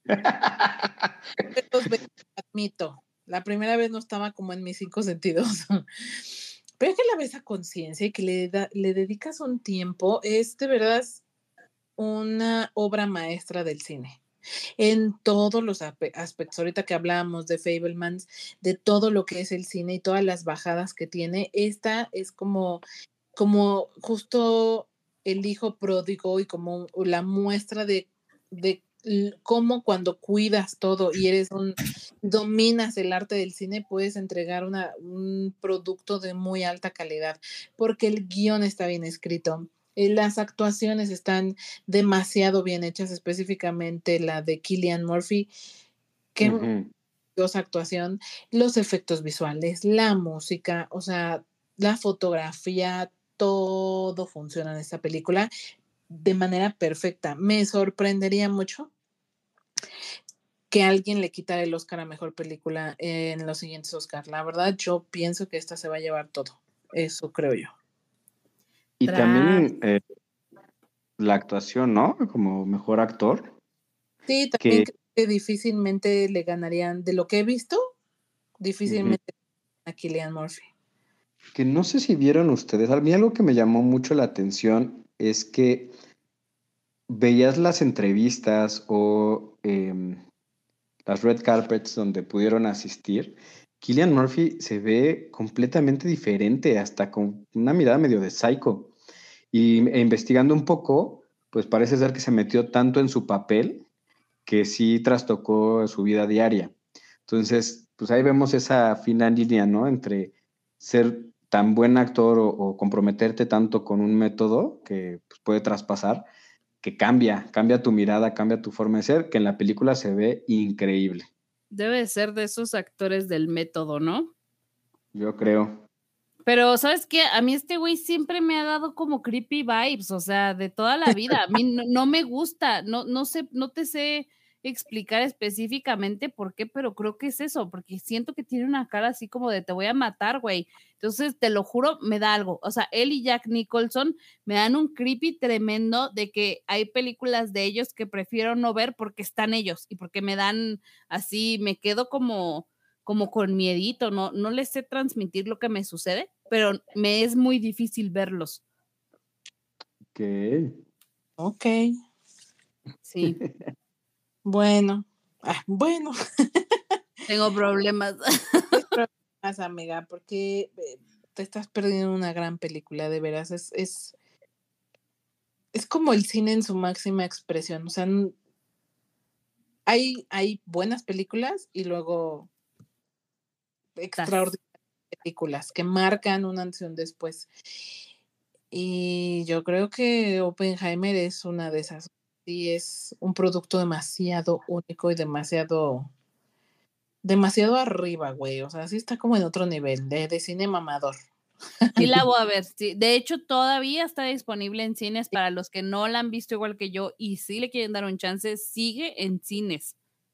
Dos veces, admito, la primera vez no estaba como en mis 5 sentidos. Pero que la ves a conciencia y que le dedicas un tiempo, es de verdad una obra maestra del cine en todos los aspectos. Ahorita que hablábamos de Fabelmans, de todo lo que es el cine y todas las bajadas que tiene, esta es como justo el hijo pródigo y como la muestra de cómo cuando cuidas todo y dominas el arte del cine, puedes entregar un producto de muy alta calidad, porque el guión está bien escrito. Las actuaciones están demasiado bien hechas, específicamente la de Cillian Murphy, que actuación, los efectos visuales, la música, o sea, la fotografía, todo funciona en esta película de manera perfecta. Me sorprendería mucho que alguien le quitara el Oscar a mejor película en los siguientes Oscars. La verdad, yo pienso que esta se va a llevar todo. Eso creo yo. Y también la actuación, ¿no? Como mejor actor. Sí, también creo que difícilmente le ganarían, de lo que he visto, difícilmente a Cillian Murphy. Que no sé si vieron ustedes, a mí algo que me llamó mucho la atención es que veías las entrevistas o las red carpets donde pudieron asistir, Cillian Murphy se ve completamente diferente, hasta con una mirada medio de psycho. E investigando un poco, pues parece ser que se metió tanto en su papel que sí trastocó su vida diaria. Entonces, pues ahí vemos esa fina línea, ¿no? Entre ser tan buen actor o comprometerte tanto con un método que pues, puede traspasar, que cambia tu mirada, cambia tu forma de ser, que en la película se ve increíble. Debe ser de esos actores del método, ¿no? Yo creo. Pero, ¿sabes qué? A mí este güey siempre me ha dado como creepy vibes, o sea, de toda la vida. A mí no me gusta, no sé, no te sé explicar específicamente por qué, pero creo que es eso, porque siento que tiene una cara así como de te voy a matar, güey. Entonces, te lo juro, me da algo. O sea, él y Jack Nicholson me dan un creepy tremendo de que hay películas de ellos que prefiero no ver porque están ellos y porque me dan así, me quedo como con miedito, no les sé transmitir lo que me sucede, pero me es muy difícil verlos. Ok. Sí. Bueno. Tengo problemas. Es problemas, amiga, porque te estás perdiendo una gran película, de veras. Es como el cine en su máxima expresión. O sea, hay buenas películas y luego extraordinarias películas que marcan un antes y un después. Y yo creo que Oppenheimer es una de esas. Sí, es un producto demasiado único y demasiado arriba, güey. O sea, sí está como en otro nivel de cine mamador. Sí la voy a ver, sí. De hecho, todavía está disponible en cines para los que no la han visto igual que yo y sí le quieren dar un chance, sigue en cines.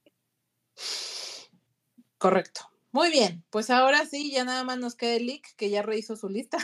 Correcto. Muy bien, pues ahora sí, ya nada más nos queda el leak, que ya rehizo su lista.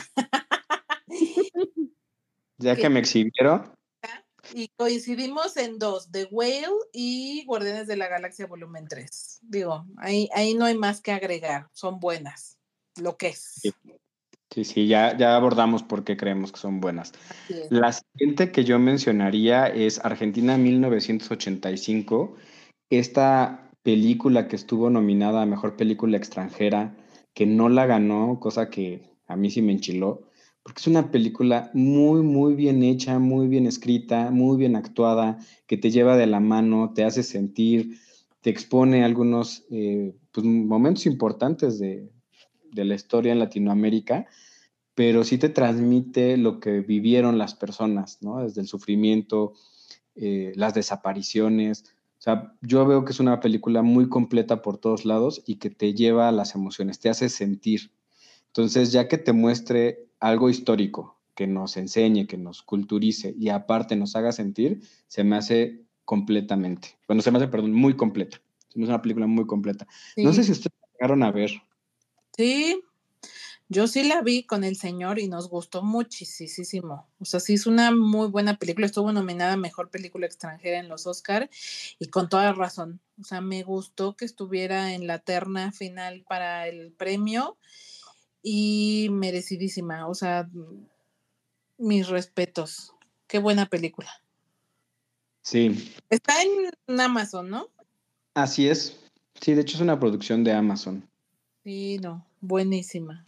Ya que me exhibieron. Y coincidimos en 2, The Whale y Guardianes de la Galaxia Volumen 3. Digo, ahí no hay más que agregar, son buenas, lo que es. Sí, ya abordamos por qué creemos que son buenas. Así es. La siguiente que yo mencionaría es Argentina 1985, esta película que estuvo nominada a Mejor Película Extranjera, que no la ganó, cosa que a mí sí me enchiló, porque es una película muy, muy bien hecha, muy bien escrita, muy bien actuada, que te lleva de la mano, te hace sentir, te expone algunos pues, momentos importantes de la historia en Latinoamérica, pero sí te transmite lo que vivieron las personas, ¿no? Desde el sufrimiento, las desapariciones. O sea, yo veo que es una película muy completa por todos lados y que te lleva a las emociones, te hace sentir. Entonces, ya que te muestre algo histórico, que nos enseñe, que nos culturice y aparte nos haga sentir, se me hace completamente. Bueno, se me hace, perdón, muy completa. Se me hace una película muy completa. Sí. No sé si ustedes llegaron a ver. Sí, yo sí la vi con el señor y nos gustó muchísimo. O sea, sí es una muy buena película. Estuvo nominada a Mejor Película Extranjera en los Oscar y con toda razón. O sea, me gustó que estuviera en la terna final para el premio y merecidísima. O sea, mis respetos. Qué buena película. Sí. Está en Amazon, ¿no? Así es. Sí, de hecho es una producción de Amazon. Sí, no. Buenísima.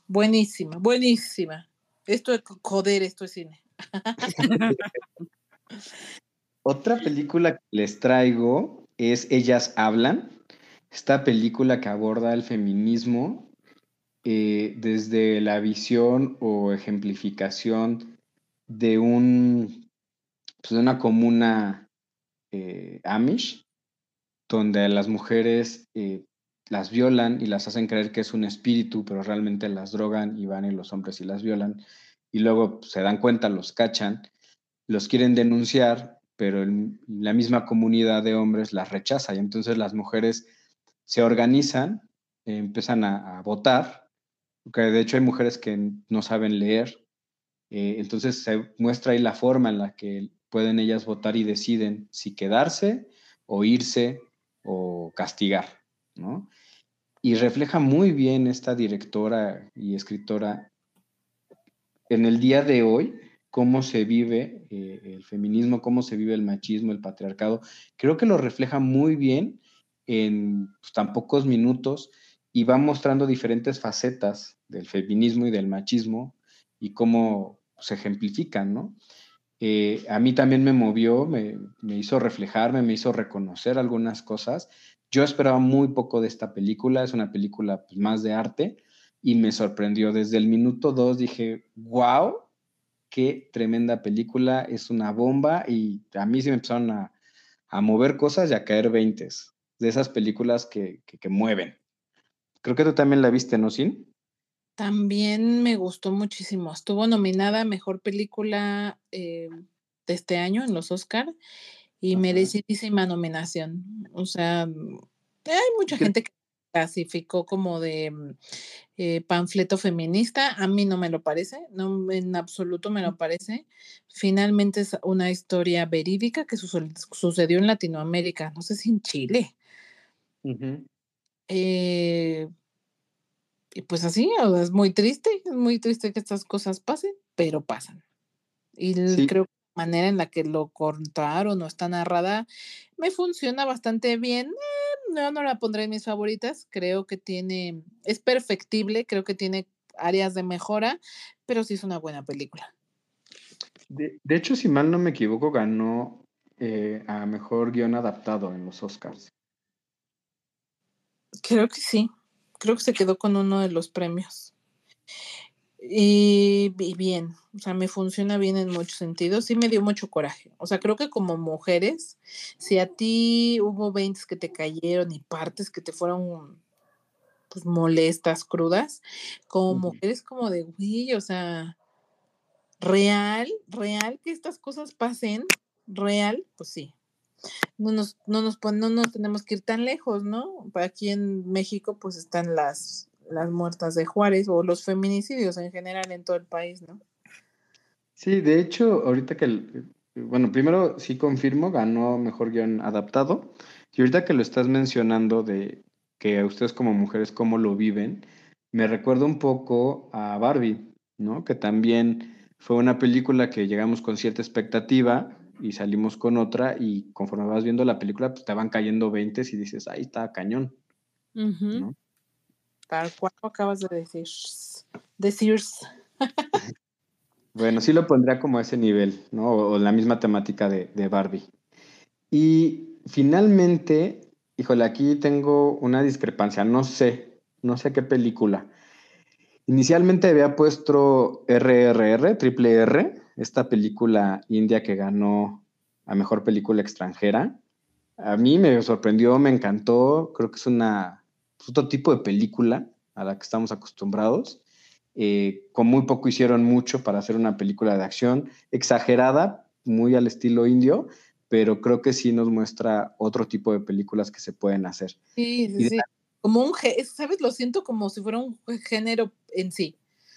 Esto es cine. Otra película que les traigo es Ellas Hablan. Esta película que aborda el feminismo desde la visión o ejemplificación de de una comuna Amish, donde a las mujeres las violan y las hacen creer que es un espíritu, pero realmente las drogan y van y los hombres y las violan. Y luego pues, se dan cuenta, los cachan, los quieren denunciar, pero la misma comunidad de hombres las rechaza y entonces las mujeres se organizan, empiezan a votar, porque de hecho hay mujeres que no saben leer, entonces se muestra ahí la forma en la que pueden ellas votar y deciden si quedarse o irse o castigar, ¿no? Y refleja muy bien esta directora y escritora en el día de hoy, cómo se vive el feminismo, cómo se vive el machismo, el patriarcado. Creo que lo refleja muy bien en pues, tan pocos minutos y va mostrando diferentes facetas del feminismo y del machismo y cómo se ejemplifican, ¿no? A mí también me movió, me hizo reflejarme, me hizo reconocer algunas cosas. Yo esperaba muy poco de esta película, es una película pues, más de arte y me sorprendió. Desde el minuto 2 dije, wow, qué tremenda película, es una bomba y a mí sí me empezaron a mover cosas y a caer veintes, de esas películas que mueven. Creo que tú también la viste, ¿no, Sin? También me gustó muchísimo. Estuvo nominada a Mejor Película de este año en los Oscar y Ajá. merecidísima nominación. O sea, hay mucha gente que clasificó como de panfleto feminista. A mí no me lo parece, no en absoluto me lo parece. Finalmente es una historia verídica que sucedió en Latinoamérica, no sé si en Chile. Uh-huh. Y pues así, o sea, es muy triste que estas cosas pasen, pero pasan. Y Sí. creo que la manera en la que lo contaron o está narrada me funciona bastante bien. No la pondré en mis favoritas, creo que es perfectible, creo que tiene áreas de mejora, pero sí es una buena película. De hecho, si mal no me equivoco, ganó a mejor guión adaptado en los Oscars. Creo que sí, creo que se quedó con uno de los premios. Y bien, o sea, me funciona bien en muchos sentidos, sí me dio mucho coraje. O sea, creo que como mujeres, si a ti hubo 20 que te cayeron y partes que te fueron pues molestas, crudas, como mujeres como de, güey, o sea, real que estas cosas pasen, real, pues sí. No nos tenemos que ir tan lejos, ¿no? Aquí en México, pues están las muertas de Juárez o los feminicidios en general en todo el país, ¿no? Sí, de hecho, ahorita bueno, primero sí confirmo, ganó mejor guión adaptado. Y ahorita que lo estás mencionando de que a ustedes como mujeres cómo lo viven, me recuerda un poco a Barbie, ¿no? Que también fue una película que llegamos con cierta expectativa y salimos con otra y conforme vas viendo la película, pues te van cayendo 20 y dices, ahí está cañón, ¿no? Tal cual lo acabas de decir. Bueno, sí lo pondría como a ese nivel, ¿no? O la misma temática de Barbie. Y finalmente, híjole, aquí tengo una discrepancia, no sé qué película. Inicialmente había puesto RRR, Triple R, esta película india que ganó a mejor película extranjera. A mí me sorprendió, me encantó, creo que es otro tipo de película a la que estamos acostumbrados. Con muy poco hicieron mucho para hacer una película de acción exagerada, muy al estilo indio, pero creo que sí nos muestra otro tipo de películas que se pueden hacer. Sí. Como ¿sabes? Lo siento como si fuera un género en sí.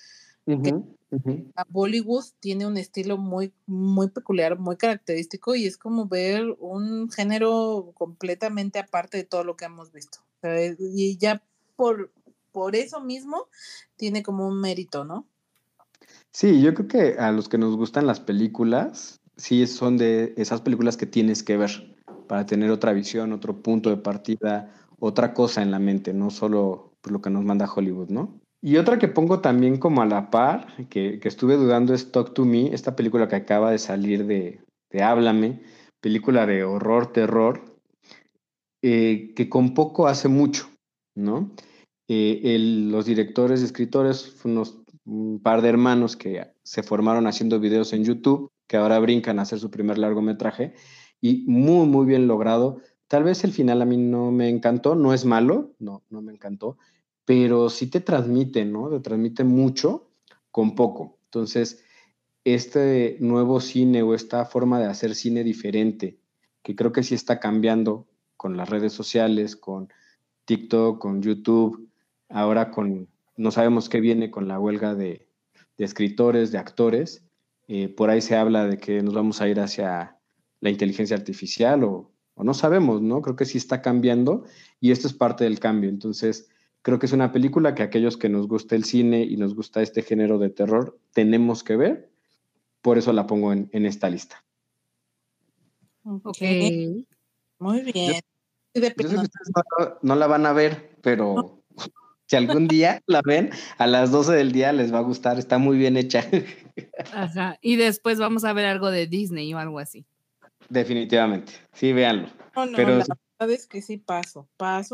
Bollywood tiene un estilo muy, muy peculiar, muy característico y es como ver un género completamente aparte de todo lo que hemos visto. O sea, y ya por eso mismo tiene como un mérito, ¿no? Sí, yo creo que a los que nos gustan las películas, sí son de esas películas que tienes que ver para tener otra visión, otro punto de partida, otra cosa en la mente, no solo pues, lo que nos manda Hollywood, ¿no? Y otra que pongo también como a la par, que estuve dudando es Talk to Me, esta película que acaba de salir de Háblame, película de horror, terror, que con poco hace mucho, ¿no? Los directores y escritores, un par de hermanos que se formaron haciendo videos en YouTube, que ahora brincan a hacer su primer largometraje, y muy, muy bien logrado. Tal vez el final a mí no me encantó, no es malo, no me encantó, pero sí te transmite, ¿no? Te transmite mucho con poco. Entonces, este nuevo cine o esta forma de hacer cine diferente, que creo que sí está cambiando con las redes sociales, con TikTok, con YouTube, ahora no sabemos qué viene con la huelga de escritores, de actores, por ahí se habla de que nos vamos a ir hacia la inteligencia artificial o no sabemos, ¿no? Creo que sí está cambiando y esto es parte del cambio. Entonces, creo que es una película que aquellos que nos gusta el cine y nos gusta este género de terror tenemos que ver por eso la pongo en esta lista. Ok, Ok. muy bien. Sí, de Yo sé plano. que ustedes no la van a ver, pero si algún día la ven, a las 12 del día les va a gustar, está muy bien hecha. Ajá. Y después vamos a ver algo de Disney o algo así. Definitivamente, sí, véanlo. No, Pero la verdad es que sí paso.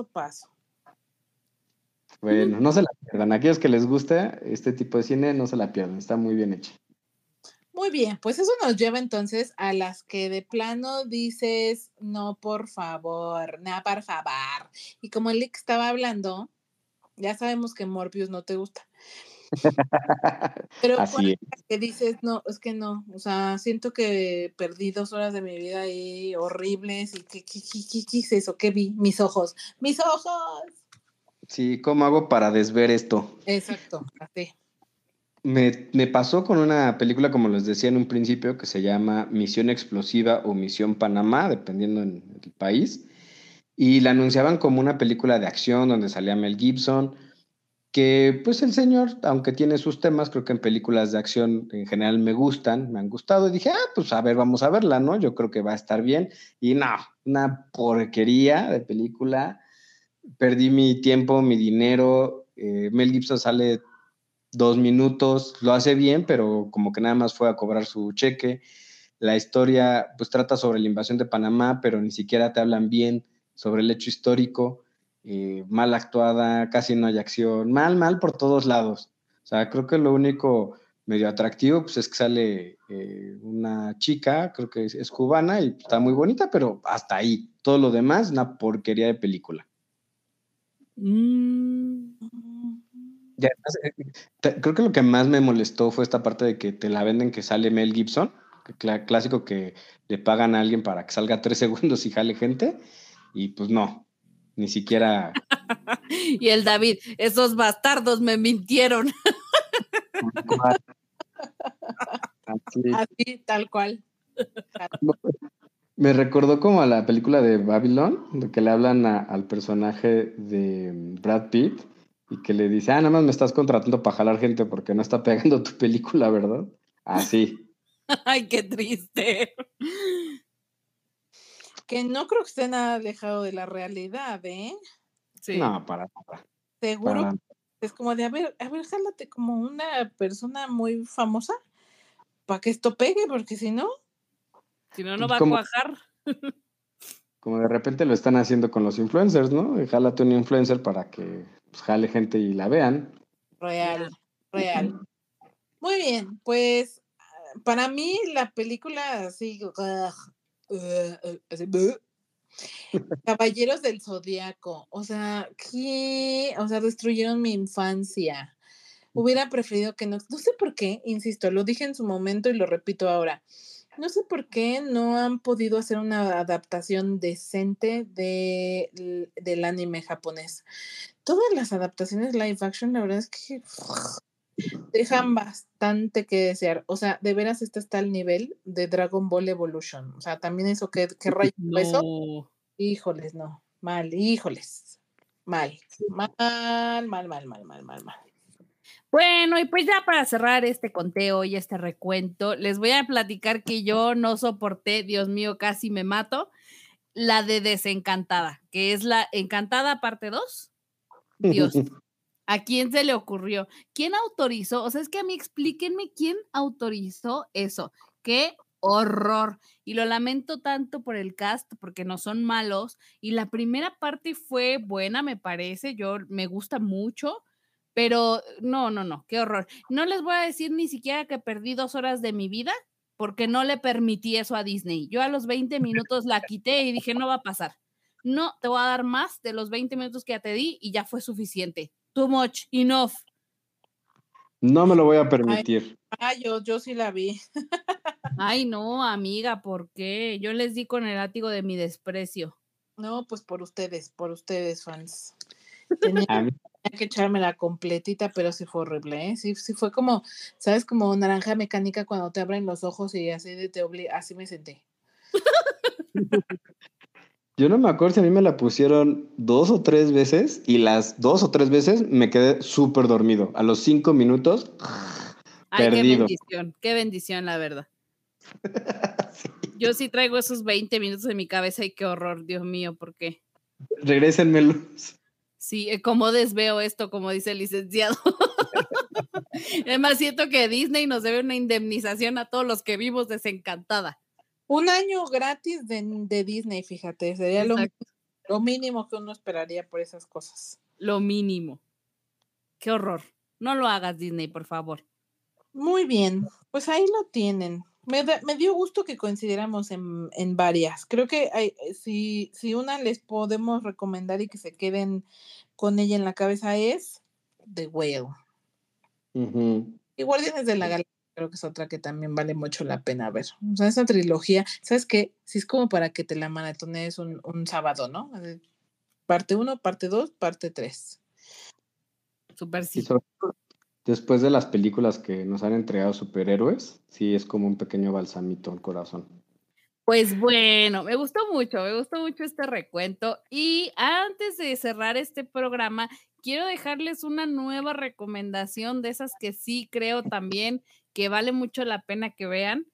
bueno, no se la pierdan. A aquellos que les guste este tipo de cine, no se la pierdan, está muy bien hecha. Muy bien, pues eso nos lleva entonces a las que de plano dices, no, por favor, no, por favor. Y como el Lick estaba hablando, ya sabemos que Morbius no te gusta. Pero Así ¿cuál es. es la que dices, no, es que no, o sea, siento que perdí 2 horas de mi vida ahí horribles y ¿qué es eso? ¿Qué vi? Mis ojos. Sí, ¿cómo hago para desver esto? Exacto, así. Me pasó con una película, como les decía en un principio, que se llama Misión Explosiva o Misión Panamá, dependiendo en el país, y la anunciaban como una película de acción donde salía Mel Gibson, que pues el señor, aunque tiene sus temas, creo que en películas de acción en general me han gustado, y dije, pues a ver, vamos a verla, ¿no? Yo creo que va a estar bien, y no, una porquería de película, perdí mi tiempo, mi dinero, Mel Gibson sale 2 minutos, lo hace bien, pero como que nada más fue a cobrar su cheque. La historia pues trata sobre la invasión de Panamá, pero ni siquiera te hablan bien sobre el hecho histórico, mal actuada, casi no hay acción, mal por todos lados. O sea, creo que lo único medio atractivo pues es que sale una chica, creo que es cubana y está muy bonita, pero hasta ahí. Todo lo demás, una porquería de película. Ya, creo que lo que más me molestó fue esta parte de que te la venden que sale Mel Gibson, clásico que le pagan a alguien para que salga 3 segundos y jale gente, y pues no, ni siquiera. Y el David, esos bastardos me mintieron. Así, tal cual. Me recordó como a la película de Babylon, de que le hablan al personaje de Brad Pitt y que le dice, nada más me estás contratando para jalar gente porque no está pegando tu película, ¿verdad? Así. Ay, qué triste. Que no creo que esté nada alejado de la realidad, ¿eh? Sí. No, para nada. Seguro Para- es como de, a ver, jálate como una persona muy famosa para que esto pegue, porque si no, Si no, no va a como, cuajar. como de repente lo están haciendo con los influencers, ¿no? Jálate un influencer para que pues, jale gente y la vean. real. Muy bien, pues para mí la película así, así, Caballeros del Zodiaco, o sea, ¿qué? O sea, destruyeron mi infancia. Hubiera preferido que no sé por qué, insisto, lo dije en su momento y lo repito ahora. No sé por qué no han podido hacer una adaptación decente del anime japonés. Todas las adaptaciones live action, la verdad es que dejan bastante que desear. O sea, de veras este está al nivel de Dragon Ball Evolution. O sea, también eso, ¿qué rayo fue eso? No. Híjoles, no. Mal, híjoles. Mal. Bueno, y pues ya para cerrar este conteo y este recuento, les voy a platicar que yo no soporté, Dios mío, casi me mato, la de Desencantada, que es la Encantada parte 2. Dios, ¿a quién se le ocurrió? ¿Quién autorizó? O sea, es que a mí explíquenme quién autorizó eso. ¡Qué horror! Y lo lamento tanto por el cast, porque no son malos. Y la primera parte fue buena, me parece. Me gusta mucho. Pero no, qué horror. No les voy a decir ni siquiera que perdí 2 horas de mi vida porque no le permití eso a Disney. Yo a los 20 minutos la quité y dije, no va a pasar. No, te voy a dar más de los 20 minutos que ya te di y ya fue suficiente. Too much, enough. No me lo voy a permitir. Yo sí la vi. Ay, no, amiga, ¿por qué? Yo les di con el látigo de mi desprecio. No, pues por ustedes, fans. Tenía que echármela completita, pero sí fue horrible, ¿eh? Sí fue como, ¿sabes? Como naranja mecánica cuando te abren los ojos y así así me senté. Yo no me acuerdo si a mí me la pusieron 2 o 3 veces y las 2 o 3 veces me quedé súper dormido. A los 5 minutos Ay, Perdido. qué bendición, la verdad. Sí. Yo sí traigo esos 20 minutos en mi cabeza y qué horror, Dios mío, ¿por qué? Regrésenmelos. Sí, ¿cómo desveo esto? Como dice el licenciado. Además, siento que Disney nos debe una indemnización a todos los que vimos desencantada. Un año gratis de Disney, fíjate, sería Exacto. lo mínimo que uno esperaría por esas cosas. Lo mínimo. Qué horror. No lo hagas, Disney, por favor. Muy bien, pues ahí lo tienen. Me dio gusto que coincidiéramos en varias. Creo que si una les podemos recomendar y que se queden con ella en la cabeza es The Whale. Ujú. Y Guardianes de la Galaxia creo que es otra que también vale mucho la pena ver. O sea, esa trilogía, ¿sabes qué? Si es como para que te la maratonees un sábado, ¿no? Parte 1, parte 2, parte 3. Súper Y sí. sobre todo, después de las películas que nos han entregado superhéroes, sí es como un pequeño balsamito al corazón. Pues bueno, me gustó mucho este recuento. Y antes de cerrar este programa, quiero dejarles una nueva recomendación de esas que sí creo también que vale mucho la pena que vean.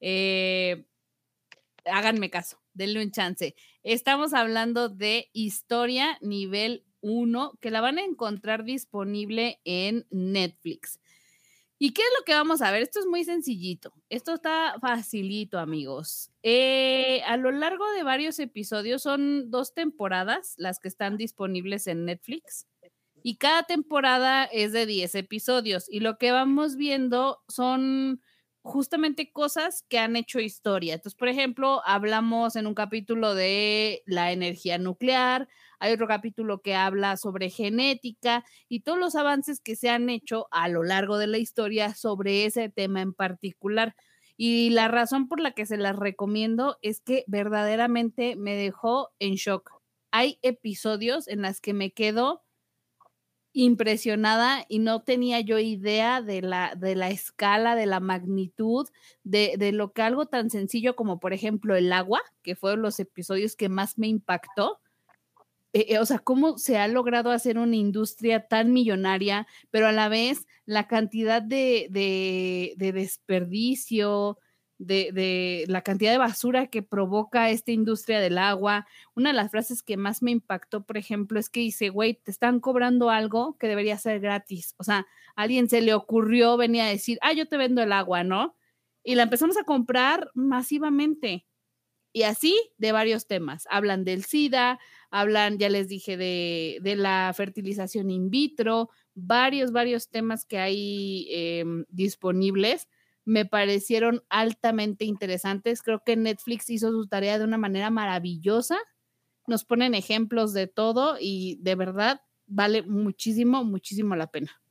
Háganme caso, denle un chance. Estamos hablando de Historia Nivel 1, que la van a encontrar disponible en Netflix. ¿Y qué es lo que vamos a ver? Esto es muy sencillito. Esto está facilito, amigos. A lo largo de varios episodios, son 2 temporadas las que están disponibles en Netflix. Y cada temporada es de 10 episodios. Y lo que vamos viendo son justamente cosas que han hecho historia. Entonces, por ejemplo, hablamos en un capítulo de la energía nuclear, hay otro capítulo que habla sobre genética y todos los avances que se han hecho a lo largo de la historia sobre ese tema en particular. Y la razón por la que se las recomiendo es que verdaderamente me dejó en shock. Hay episodios en los que me quedo impresionada y no tenía yo idea de la escala, de la magnitud, de lo que algo tan sencillo como, por ejemplo, el agua, que fueron los episodios que más me impactó. O sea, cómo se ha logrado hacer una industria tan millonaria, pero a la vez la cantidad de desperdicio, de la cantidad de basura que provoca esta industria del agua. Una de las frases que más me impactó, por ejemplo, es que dice, güey, te están cobrando algo que debería ser gratis. O sea, a alguien se le ocurrió, venía a decir, yo te vendo el agua, ¿no? Y la empezamos a comprar masivamente. Y así de varios temas. Hablan del SIDA, hablan, ya les dije, de la fertilización in vitro, varios temas que hay disponibles. Me parecieron altamente interesantes. Creo que Netflix hizo su tarea de una manera maravillosa. Nos ponen ejemplos de todo y de verdad vale muchísimo, muchísimo la pena.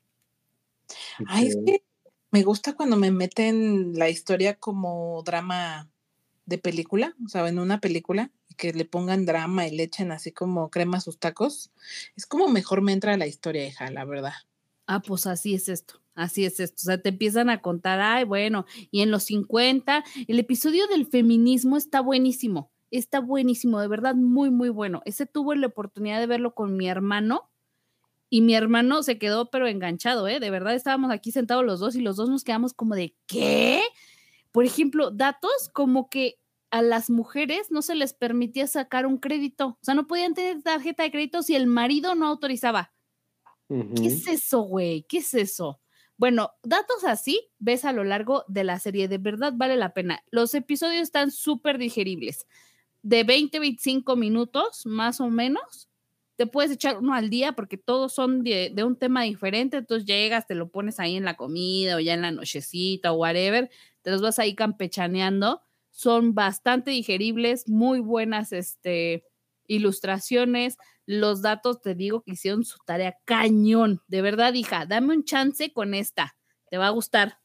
Ay, es que me gusta cuando me meten la historia como drama de película, o sea, en una película, y que le pongan drama y le echen así como crema a sus tacos. Es como mejor me entra la historia, hija, la verdad. Pues así es esto, así es esto. O sea, te empiezan a contar, bueno, y en los 50, el episodio del feminismo está buenísimo, de verdad, muy, muy bueno. Ese tuve la oportunidad de verlo con mi hermano y mi hermano se quedó pero enganchado, de verdad estábamos aquí sentados los dos y los dos nos quedamos como de, ¿qué? Por ejemplo, datos como que a las mujeres no se les permitía sacar un crédito, o sea, no podían tener tarjeta de crédito si el marido no autorizaba. ¿Qué es eso, güey? ¿Qué es eso? Bueno, datos así ves a lo largo de la serie, de verdad vale la pena. Los episodios están súper digeribles, de 20, 25 minutos más o menos. Te puedes echar uno al día porque todos son de un tema diferente, entonces llegas, te lo pones ahí en la comida o ya en la nochecita o whatever, te los vas ahí campechaneando. Son bastante digeribles, muy buenas ilustraciones. Los datos, te digo que hicieron su tarea cañón. De verdad, hija, dame un chance con esta. Te va a gustar.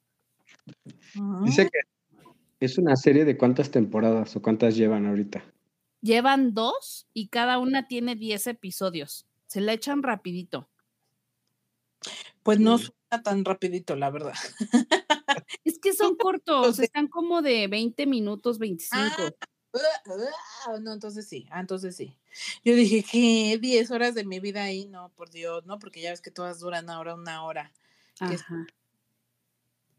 Dice que es una serie de ¿cuántas temporadas o cuántas llevan ahorita? Llevan 2 y cada una tiene 10 episodios. Se la echan rapidito. Pues no suena tan rapidito, la verdad. Es que son cortos, están como de 20 minutos, 25. No, entonces sí, entonces sí. Yo dije, ¿qué? 10 horas de mi vida ahí, no, por Dios, no, porque ya ves que todas duran ahora una hora. Ajá.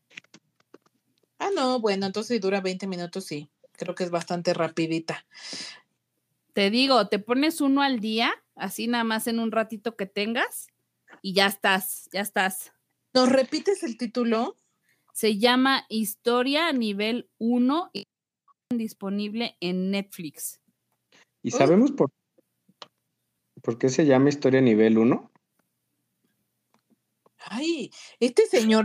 Ah, no, bueno, entonces si dura 20 minutos, sí. Creo que es bastante rapidita. Te digo, te pones uno al día, así nada más en un ratito que tengas, y ya estás. ¿Nos repites el título? Se llama Historia a nivel 1 y disponible en Netflix. ¿Y sabemos por qué se llama Historia Nivel 1? Ay, este señor,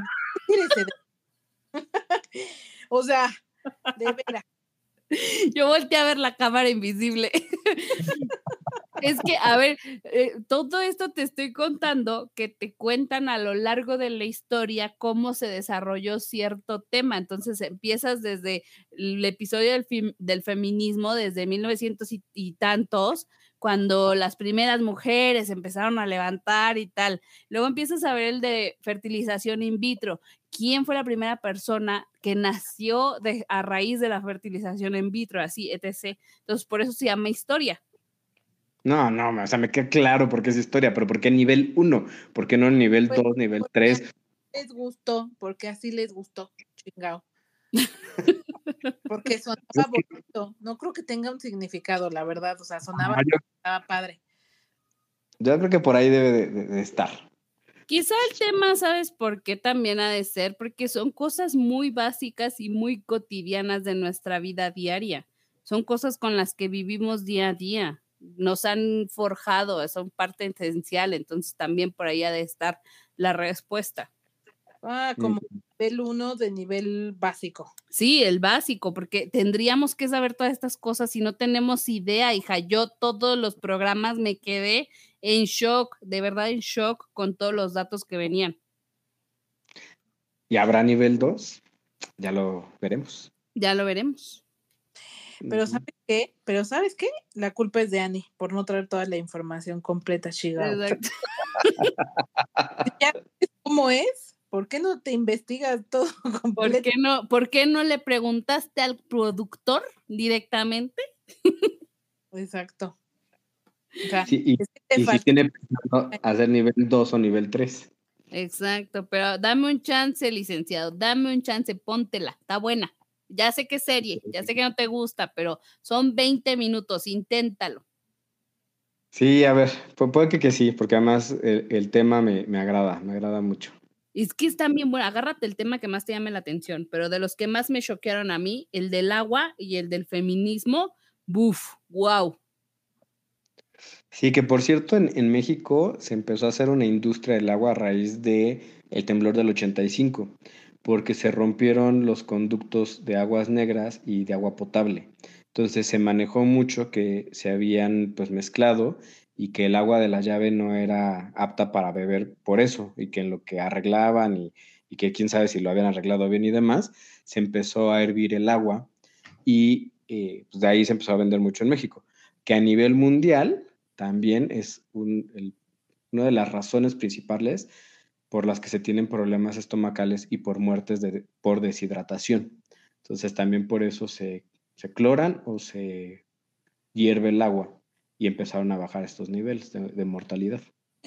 o sea, de veras. Yo volteé a ver la cámara invisible. Es que, a ver, todo esto te estoy contando que te cuentan a lo largo de la historia cómo se desarrolló cierto tema. Entonces empiezas desde el episodio del feminismo, desde 1900 y tantos, cuando las primeras mujeres empezaron a levantar y tal. Luego empiezas a ver el de fertilización in vitro. ¿Quién fue la primera persona que nació a raíz de la fertilización in vitro? Así, etc. Entonces, por eso se llama historia. No, o sea, me queda claro por qué es historia, pero ¿por qué nivel 1? ¿Por qué no nivel 2, nivel 3? Les gustó, porque así les gustó, chingao. Porque sonaba bonito. No creo que tenga un significado, la verdad. O sea, sonaba padre. Yo creo que por ahí debe de estar. Quizá el tema, ¿sabes por qué también ha de ser? Porque son cosas muy básicas y muy cotidianas de nuestra vida diaria. Son cosas con las que vivimos día a día. Nos han forjado, son parte esencial. Entonces también por ahí ha de estar la respuesta. Ah, como nivel 1 de nivel básico. Sí, el básico, porque tendríamos que saber todas estas cosas si no tenemos idea, hija. Yo todos los programas me quedé en shock, de verdad en shock con todos los datos que venían. ¿Y habrá nivel 2? Ya lo veremos. Ya lo veremos. Pero ¿sabes qué? La culpa es de Annie por no traer toda la información completa, Shigao. Exacto. ¿Ya ves cómo es? ¿Por qué no te investigas todo completo? ¿Por qué no le preguntaste al productor directamente? Exacto. O sea, sí, y si tiene pensado hacer nivel 2 o nivel 3. Exacto, pero dame un chance, licenciado, dame un chance, póntela, está buena. Ya sé que es serie, ya sé que no te gusta, pero son 20 minutos, inténtalo. Sí, a ver, puede que sí, porque además el tema me agrada mucho. Es que están bien buenos, agárrate el tema que más te llame la atención, pero de los que más me choquearon a mí, el del agua y el del feminismo, ¡buf! ¡Wow! Sí, que por cierto, en México se empezó a hacer una industria del agua a raíz del temblor del 85, porque se rompieron los conductos de aguas negras y de agua potable. Entonces se manejó mucho que se habían pues mezclado y que el agua de la llave no era apta para beber por eso, y que en lo que arreglaban y que quién sabe si lo habían arreglado bien y demás, se empezó a hervir el agua y pues de ahí se empezó a vender mucho en México, que a nivel mundial también es una de las razones principales por las que se tienen problemas estomacales y por muertes por deshidratación. Entonces también por eso se cloran o se hierve el agua y empezaron a bajar estos niveles de mortalidad.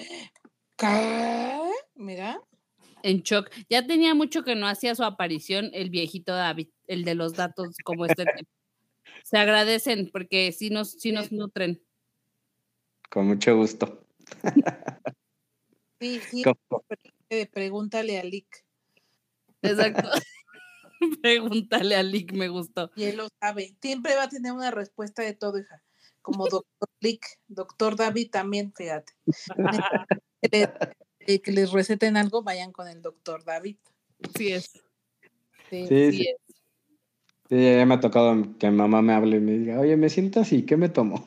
¿Qué? Mira. En shock. Ya tenía mucho que no hacía su aparición el viejito David, el de los datos como este tipo. Se agradecen porque sí nos nutren. Con mucho gusto. Sí, pregúntale a Lick. Exacto. Pregúntale a Lick, me gustó. Y él lo sabe. Siempre va a tener una respuesta de todo, hija. Como doctor Lick, doctor David también, fíjate. Que les receten algo, vayan con el doctor David. Sí es. Sí. Sí, ya me ha tocado que mi mamá me hable y me diga, oye, me siento así, ¿qué me tomo?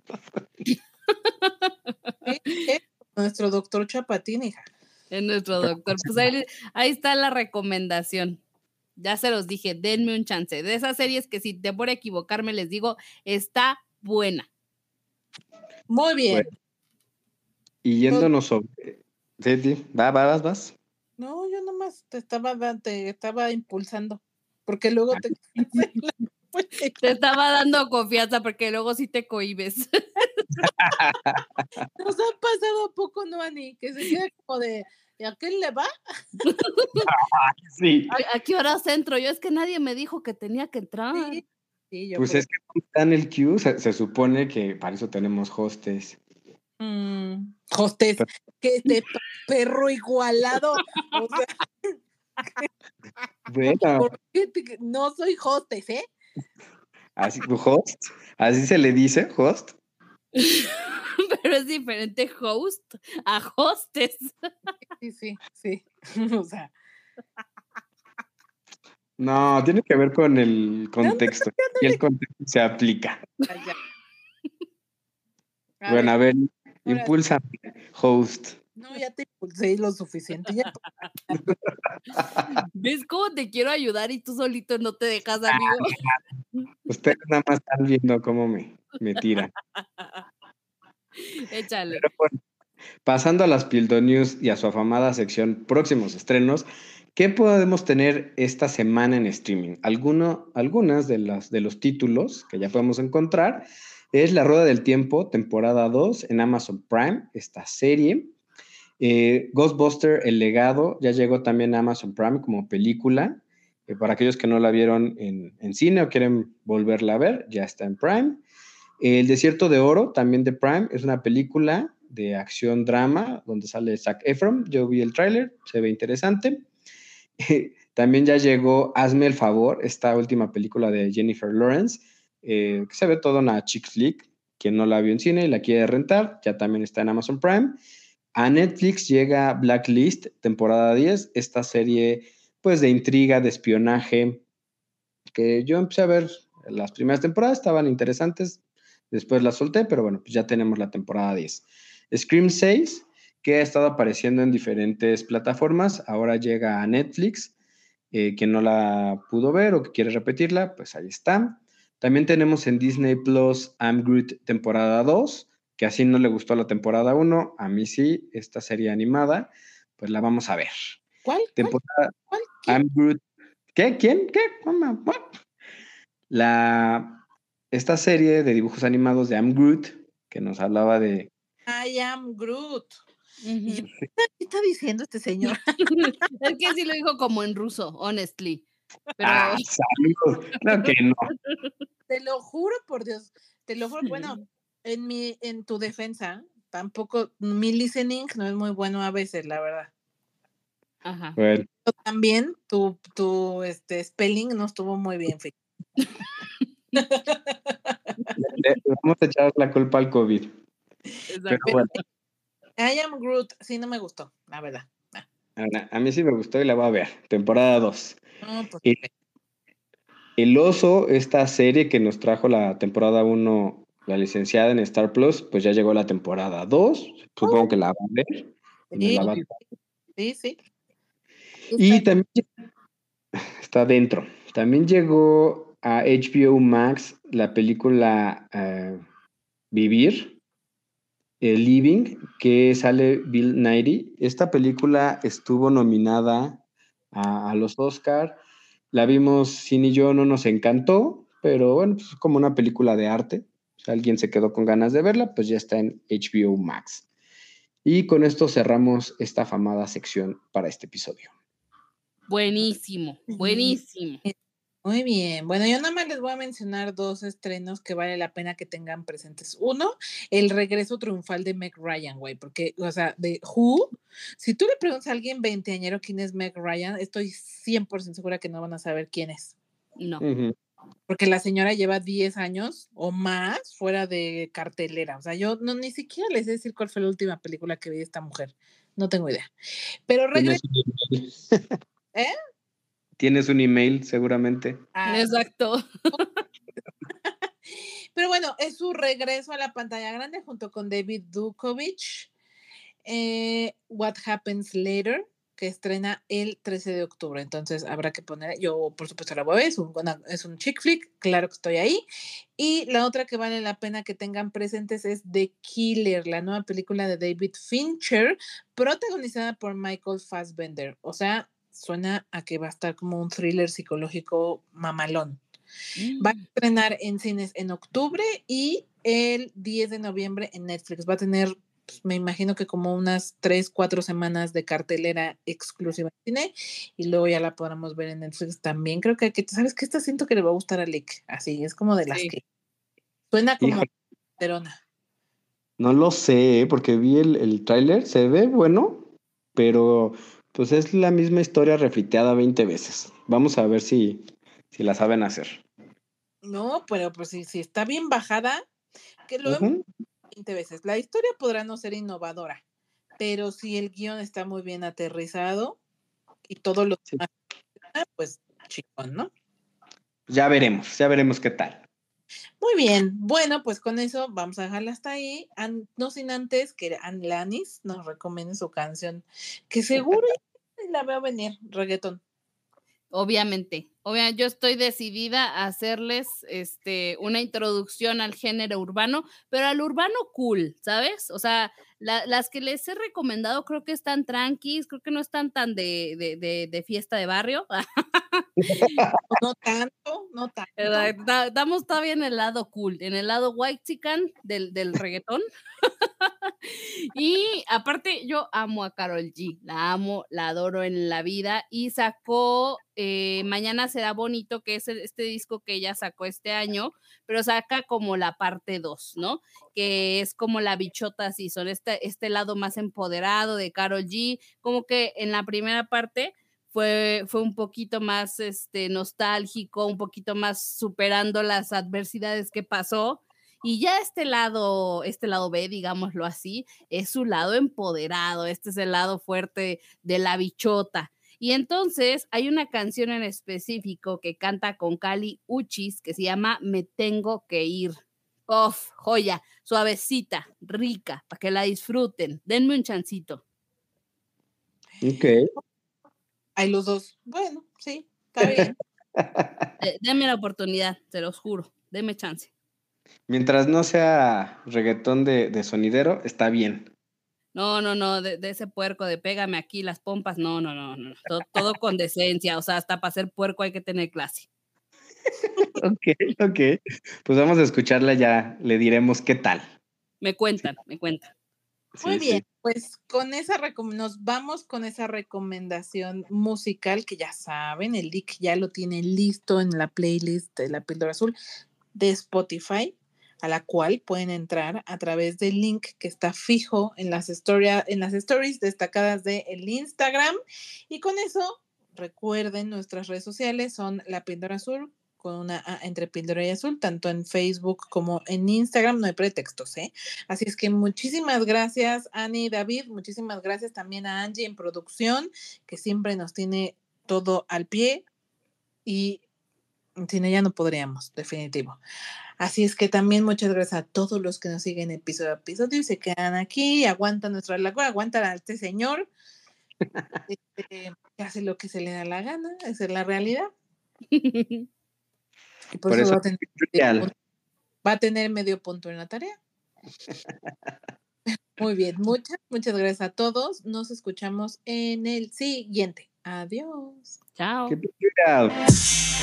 Nuestro doctor Chapatín, hija. Es nuestro doctor. Pues ahí está la recomendación. Ya se los dije, denme un chance. De esas series que si te por equivocarme les digo, está buena. Muy bien. Bueno, y yéndonos sobre... Sí, vas. No, yo nomás te estaba impulsando, porque luego te estaba dando confianza, porque luego sí te cohibes. Nos ha pasado poco, ¿no, Ani? Que se queda como de, ¿A qué le va? Sí. ¿A qué horas entro? Yo es que nadie me dijo que tenía que entrar. Sí, yo Pues por es que no está en el queue, se supone que para eso tenemos hostes. Hostes, que perro igualado. O sea, Bueno, ¿por qué no soy hostes, eh? así, host, así se le dice, host. Pero es diferente host a hostes. Sí. O sea, No, tiene que ver con el contexto. Y el contexto se aplica. ya. Bueno, a ver, ahora impulsa host. no, ya te impulsé lo suficiente. Ya. ¿Ves cómo te quiero ayudar y tú solito no te dejas, amigo? Ustedes nada más están viendo cómo me tiran. Échale. Pero bueno, pasando a las Pildo News y a su afamada sección próximos estrenos, ¿qué podemos tener esta semana en streaming? Algunas de los títulos que ya podemos encontrar es La Rueda del Tiempo, temporada 2 en Amazon Prime, esta serie. Ghostbuster, El Legado, ya llegó también a Amazon Prime como película. Para aquellos que no la vieron en cine o quieren volverla a ver, ya está en Prime. El Desierto de Oro, también de Prime, es una película de acción-drama donde sale Zac Efron. Yo vi el tráiler, se ve interesante. También ya llegó Hazme el Favor, esta última película de Jennifer Lawrence, que se ve toda una chick flick. Quien no la vio en cine y la quiere rentar, ya también está en Amazon Prime. A Netflix llega Blacklist, temporada 10, esta serie pues de intriga, de espionaje, que yo empecé a ver las primeras temporadas, estaban interesantes, después las solté, pero bueno, pues ya tenemos la temporada 10. Scream 6, que ha estado apareciendo en diferentes plataformas, ahora llega a Netflix. Quien no la pudo ver o que quiere repetirla, pues ahí está. También tenemos en Disney Plus I'm Groot temporada 2, que así no le gustó la temporada 1, a mí sí, esta serie animada, pues la vamos a ver. ¿Cuál? Temporada ¿Cuál? I'm Groot. ¿Qué? ¿Quién? ¿Qué? What? Esta serie de dibujos animados de I'm Groot, que nos hablaba de... I am Groot. ¿Y Ujú. qué está diciendo este señor? Es que sí lo dijo como en ruso, honestly. Pero saludos. Claro que no. Te lo juro por Dios, te lo juro. Bueno, en tu defensa, tampoco, mi listening no es muy bueno a veces, la verdad. ajá. Bueno, Pero también tu spelling no estuvo muy bien, fíjate. le vamos a echar la culpa al COVID. Pero Exacto. bueno, I am Groot, sí, no me gustó, la verdad. a mí sí me gustó y la voy a ver. Temporada 2. No, pues, El Oso, esta serie que nos trajo la temporada 1, la licenciada en Star Plus, pues ya llegó la temporada 2. Supongo que la va a ver. Me la va a... sí. Y también está dentro. También llegó a HBO Max la película Vivir, Living, que sale Bill Nighy. Esta película estuvo nominada a los Oscar. La vimos, Sin y yo, no nos encantó, pero bueno, pues es como una película de arte. Si alguien se quedó con ganas de verla, pues ya está en HBO Max. Y con esto cerramos esta afamada sección para este episodio. Buenísimo. Muy bien. Bueno, yo nada más les voy a mencionar 2 estrenos que vale la pena que tengan presentes. Uno, el regreso triunfal de Meg Ryan, güey, porque, o sea, de Who, si tú le preguntas a alguien veinteañero quién es Meg Ryan, estoy 100% segura que no van a saber quién es. No. Porque la señora lleva 10 años o más fuera de cartelera. O sea, yo no ni siquiera les sé decir cuál fue la última película que vi de esta mujer. No tengo idea. Pero ¿Tienes regreso. un email? ¿Eh? Tienes un email, seguramente. Exacto. Pero bueno, es su regreso a la pantalla grande junto con David Duchovny. What Happens Later, que estrena el 13 de octubre. Entonces habrá que poner, yo por supuesto la voy a ver, es un chick flick, claro que estoy ahí. Y la otra que vale la pena que tengan presentes es The Killer, la nueva película de David Fincher, protagonizada por Michael Fassbender. O sea, suena a que va a estar como un thriller psicológico mamalón. Va a estrenar en cines en octubre y el 10 de noviembre en Netflix. Va a tener pues, me imagino que como unas 3, 4 semanas de cartelera exclusiva en cine y luego ya la podremos ver en Netflix también. Creo que ¿sabes qué? Esta siento que le va a gustar a Lick. Así, es como de las Sí. que suena como Híjole, Verona. no lo sé, porque vi el tráiler, se ve bueno, pero pues es la misma historia refriteada 20 veces. Vamos a ver si la saben hacer. No, pero pues si está bien bajada, que lo hemos Ujú. 20 veces. La historia podrá no ser innovadora, pero si el guión está muy bien aterrizado y todo lo Sí. demás, pues chingón, ¿no? Ya veremos qué tal. Muy bien, bueno, pues con eso vamos a dejarla hasta ahí. No sin antes que Anne Lanis nos recomiende su canción, que seguro ya la veo venir, reggaetón. Obviamente, yo estoy decidida a hacerles una introducción al género urbano, pero al urbano cool, ¿sabes? O sea, las que les he recomendado creo que están tranquis, creo que no están tan de fiesta de barrio. No tanto, no tanto. Estamos todavía en el lado cool, en el lado whitexican del reggaetón. Y aparte, yo amo a Karol G, la amo, la adoro en la vida. Y sacó Mañana será bonito, que es este disco que ella sacó este año, pero saca como la parte 2, ¿no? Que es como la bichota season, este lado más empoderado de Karol G. Como que en la primera parte fue un poquito más nostálgico, un poquito más superando las adversidades que pasó. Y ya este lado B, digámoslo así, es su lado empoderado, este es el lado fuerte de la bichota. Y entonces hay una canción en específico que canta con Kali Uchis que se llama Me Tengo que Ir. Uf, joya, suavecita, rica, para que la disfruten. Denme un chancito. Ok. Hay los dos. Bueno, sí, está bien. Denme la oportunidad, se los juro. Denme chance. Mientras no sea reggaetón de sonidero, está bien. No, de ese puerco de pégame aquí las pompas, no. Todo con decencia, o sea, hasta para ser puerco hay que tener clase. Ok. Pues vamos a escucharla ya, le diremos qué tal. Me cuentan. Muy Sí, bien, sí. pues con esa nos vamos con esa recomendación musical que ya saben, el link ya lo tienen listo en la playlist de La Píldora Azul de Spotify, a la cual pueden entrar a través del link que está fijo en las stories destacadas del Instagram. Y con eso, recuerden, nuestras redes sociales son La Píldora Azul, con una A entre Píldora y Azul, tanto en Facebook como en Instagram, no hay pretextos, ¿eh? Así es que muchísimas gracias, Ani y David, muchísimas gracias también a Angie en producción, que siempre nos tiene todo al pie y sin ella no podríamos, definitivo. Así es que también muchas gracias a todos los que nos siguen episodio a episodio y se quedan aquí, aguantan nuestra laguna, aguantan a este señor, que hace lo que se le da la gana, esa es la realidad. Y por eso eso va a tener medio punto en la tarea. Muy bien, muchas gracias a todos. Nos escuchamos en el siguiente. Adiós. Chao. Keep it real.